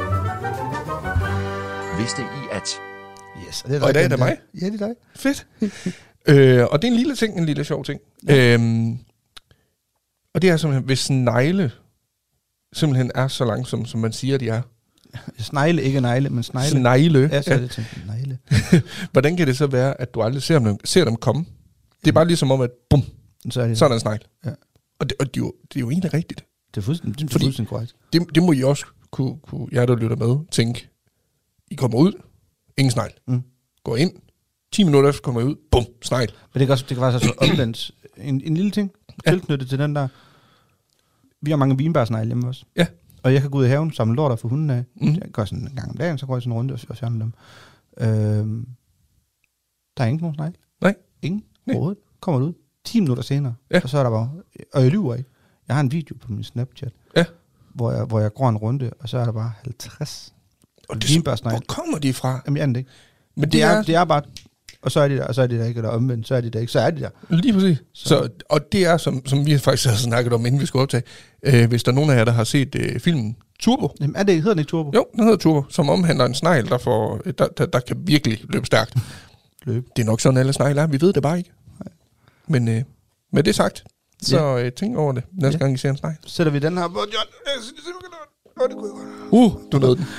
Vidste I at... Yes. Og, det er og i dag er det mig? Ja, det er dig. Fedt. øh, og det er en lille ting, en lille sjov ting. Ja. Øhm, og det er simpelthen, hvis snegle simpelthen er så langsomme, som man siger, de er. Snegle, ikke negle, men snegle. Snegle. Ja, så er det til snegle. Hvordan kan det så være, at du aldrig ser dem, ser dem komme? Det er bare ligesom om, at bum, så er det sådan en snegle. Ja. Og, det, og det, er jo, det er jo egentlig rigtigt. Det er fuldstændig, det er Fordi fuldstændig korrekt. Det, det må I også kunne, kunne jer, der lytter med, tænke. I kommer ud, ingen snegl. Mm. Går ind, ti minutter efter kommer I ud, bum, snegl. Men det kan, også, det kan faktisk også omvendt. En, en lille ting, ja. tilknyttet til den der. Vi har mange vinbærsnegle hjemme også. Ja. Og jeg kan gå ud i haven, samle lort og få hunden af. Mm. Jeg går sådan en gang om dagen, så går jeg sådan en runde og, og fjerner dem. Øhm, der er ingen nogen snegle. Nej. Ingen. Nej. Overhovedet. Kommer ud. ti minutter senere. Ja. Og så er der bare... Og jeg lyver ikke. Jeg har en video på min Snapchat. Ja. Hvor jeg, hvor jeg går en runde, og så er der bare halvtreds og det, vinbærsnegle. hvor kommer de fra? Jamen, jeg aner det ikke. Men det, det, er, er, det er bare... Og så er de der, og så er de der ikke, eller omvendt, så er de der ikke, så er de der. Lige præcis. Så. Så, og det er, som, som vi faktisk har snakket om, inden vi skulle optage, øh, hvis der er nogen af jer, der har set øh, filmen Turbo. Jamen, er det, hedder den ikke Turbo? Jo, den hedder Turbo, som omhandler en snegl, der, får, der, der, der kan virkelig løbe stærkt. Løb. Det er nok sådan, alle snegle er. Vi ved det bare ikke. Nej. Men øh, med det sagt, så øh, tænk over det, næste ja. gang I ser en snegl. Sætter vi den her på, John. Åh, det kunne jeg godt. Uh, du nåede den.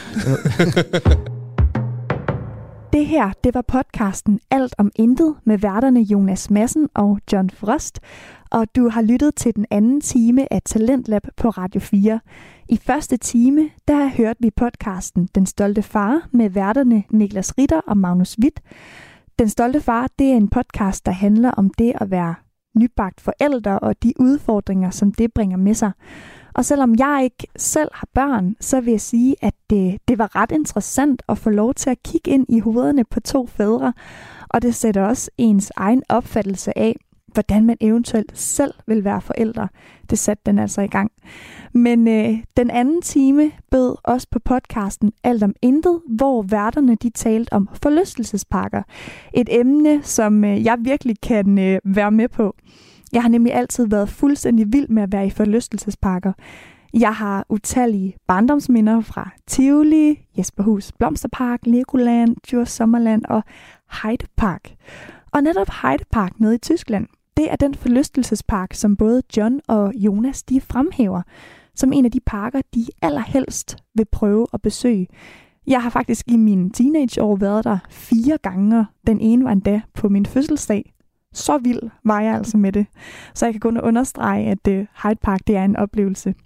Det her, det var podcasten Alt om Intet med værterne Jonas Madsen og John Frost, og du har lyttet til den anden time af Talentlab på Radio fire. I første time, der hørte vi podcasten Den Stolte Far med værterne Niklas Ritter og Magnus Witt. Den Stolte Far, det er en podcast, der handler om det at være nybagt forældre og de udfordringer, som det bringer med sig. Og selvom jeg ikke selv har børn, så vil jeg sige, at det, det var ret interessant at få lov til at kigge ind i hovederne på to fædre. Og det sætter også ens egen opfattelse af, hvordan man eventuelt selv vil være forældre. Det satte den altså i gang. Men øh, den anden time bød også på podcasten Alt om Intet, hvor værterne de talte om forlystelsesparker. Et emne, som øh, jeg virkelig kan øh, være med på. Jeg har nemlig altid været fuldstændig vild med at være i forlystelsesparker. Jeg har utallige barndomsminder fra Tivoli, Jesperhus Blomsterpark, Legoland, Djurs Sommerland og Heide Park. Og netop Heide Park nede i Tyskland, det er den forlystelsespark, som både John og Jonas de fremhæver som en af de parker, de allerhelst vil prøve at besøge. Jeg har faktisk i mine teenageår været der fire gange. Den ene var endda på min fødselsdag. Så vild var jeg altså med det. Så jeg kan kun understrege, at uh, Heide Park det er en oplevelse.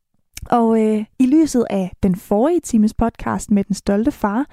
Og uh, i lyset af den forrige times podcast med Den Stolte Far,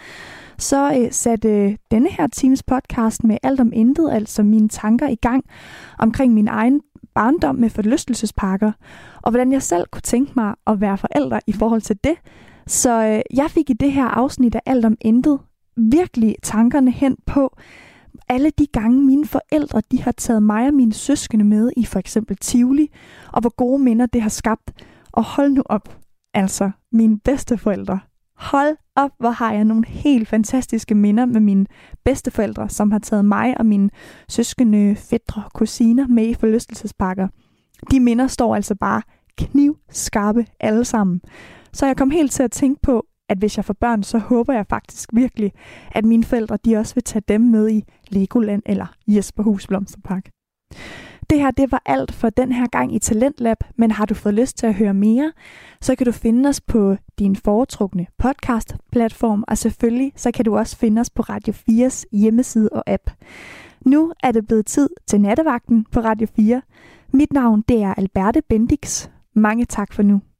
så uh, satte uh, denne her times podcast med Alt om Intet, altså mine tanker i gang omkring min egen barndom med forlystelsesparker, og hvordan jeg selv kunne tænke mig at være forælder i forhold til det. Så uh, jeg fik i det her afsnit af Alt om Intet virkelig tankerne hen på, alle de gange mine forældre de har taget mig og mine søskende med i for eksempel Tivoli, og hvor gode minder det har skabt. Og hold nu op, altså mine bedsteforældre. Hold op, hvor har jeg nogle helt fantastiske minder med mine bedsteforældre, som har taget mig og mine søskende, fætre og kusiner med i forlystelsesparker. De minder står altså bare knivskarpe alle sammen. Så jeg kom helt til at tænke på, at hvis jeg får børn, så håber jeg faktisk virkelig, at mine forældre de også vil tage dem med i Legoland eller Jesperhus Blomsterpark. Det her, det var alt for den her gang i Talentlab, men har du fået lyst til at høre mere, så kan du finde os på din foretrukne podcast-platform, og selvfølgelig så kan du også finde os på Radio fires hjemmeside og app. Nu er det blevet tid til nattevagten på Radio fire. Mit navn det er Alberte Bendix. Mange tak for nu.